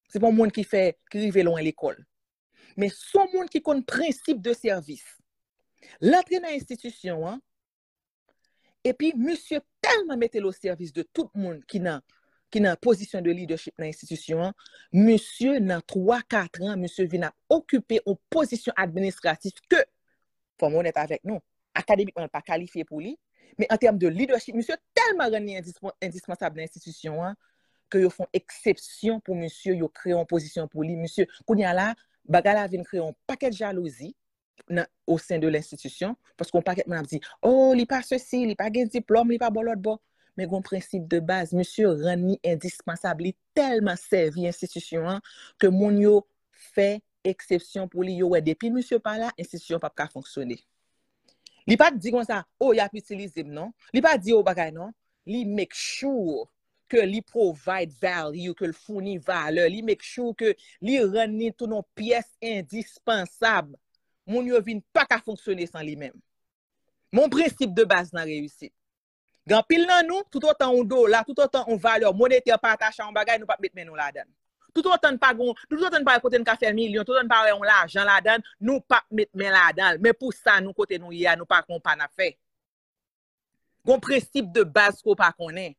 C'est pas un monde qui rive loin à l'école. Mais son monde qui connaît principe de service. L'entrée dans l'institution, hein, et puis monsieur tellement mettait au service de tout le monde qui n'a position de leadership dans l'institution, hein, monsieur dans 3-4 ans, monsieur vient occuper une position administrative que, faut honnête avec nous, académiquement pas qualifié pour lui, mais en termes de leadership, monsieur tellement rendu indispensable dans l'institution, hein, que ils font exception pour monsieur, ils créent une position pour lui. Monsieur, kounya là, bagala vient créer un paquet de jalousie au sein de l'institution, parce qu'on paquet m'a dit, oh, il pas ceci, il pas gain diplôme, il pas bon l'autre bon. Mais un principe de base, monsieur rendu indispensable, il tellement servi l'institution, hein, que mon yo fait exception pour lui. Ouais, depuis monsieur pas là, l'institution pas qu'à fonctionner. Il pas dit comme ça, oh, il a utilisé non. Il pas dit oh bagay non. Il make sure que li provide value, que le fournit valeur, li make sure que li rend tout nos pièces indispensables. Mon yo vin pas qu'à fonctionner sans lui-même. Mon principe de base dans réussite. Gan pile nan nous, tout autant on dollar, tout autant on valeur monétaire partage en bagay, nous pas mettre nous là-dedans. Tout autant pas côté nous faire million, tout autant pas on l'argent là-dedans, nous pas mettre là-dedans. Mais pour ça nous côté nous y a nous pas qu'on pas na fait. Gon principe de base qu'on pas connaît.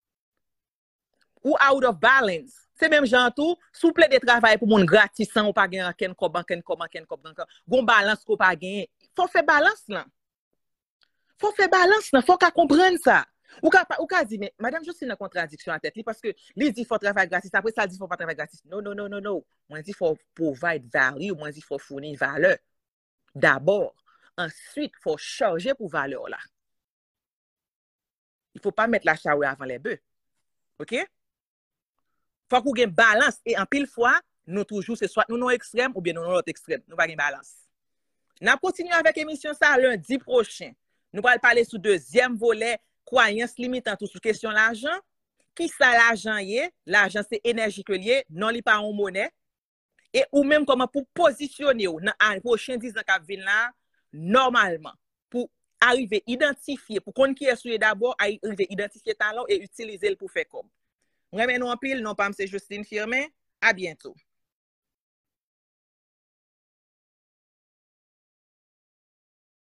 Ou out of balance. C'est même genre tout, souple de travail pour mon gratis sans ou pas gagner ken kob. Gon balance qu'on pas gagner. Faut faire balance là. Faut faire balance là, faut qu'à comprendre ça. Ou ka dit mais madame je suis dans contradiction à tête parce que lui dit faut travailler gratis après ça dit faut pas travailler gratis. Non. Moi dit faut provide value, moi dit faut fournir valeur. D'abord, ensuite faut charger pour valeur là. Il faut pas mettre la charrue avant les bœufs. OK? Faut qu'on ait une balance et en pile fois nous toujours c'est soit nous non extrême ou bien nous non l'autre extrême. Nous pas une balance. N'a continuer avec l'émission ça lundi prochain. Nous allons parler sur deuxième volet, croyance limitant tout sur question l'argent. Qui ça l'argent est? L'argent c'est énergie que lié, non li pas en monnaie. Et ou même comment pour positionner dans les prochains 10 ans qui viennent là, normalement, pour arriver identifier, pour qu'on qui est souillé d'abord, arriver identifier talent et utiliser le pour faire comme. Moi, nous en pile, non pas M. Justine Firmin. À bientôt.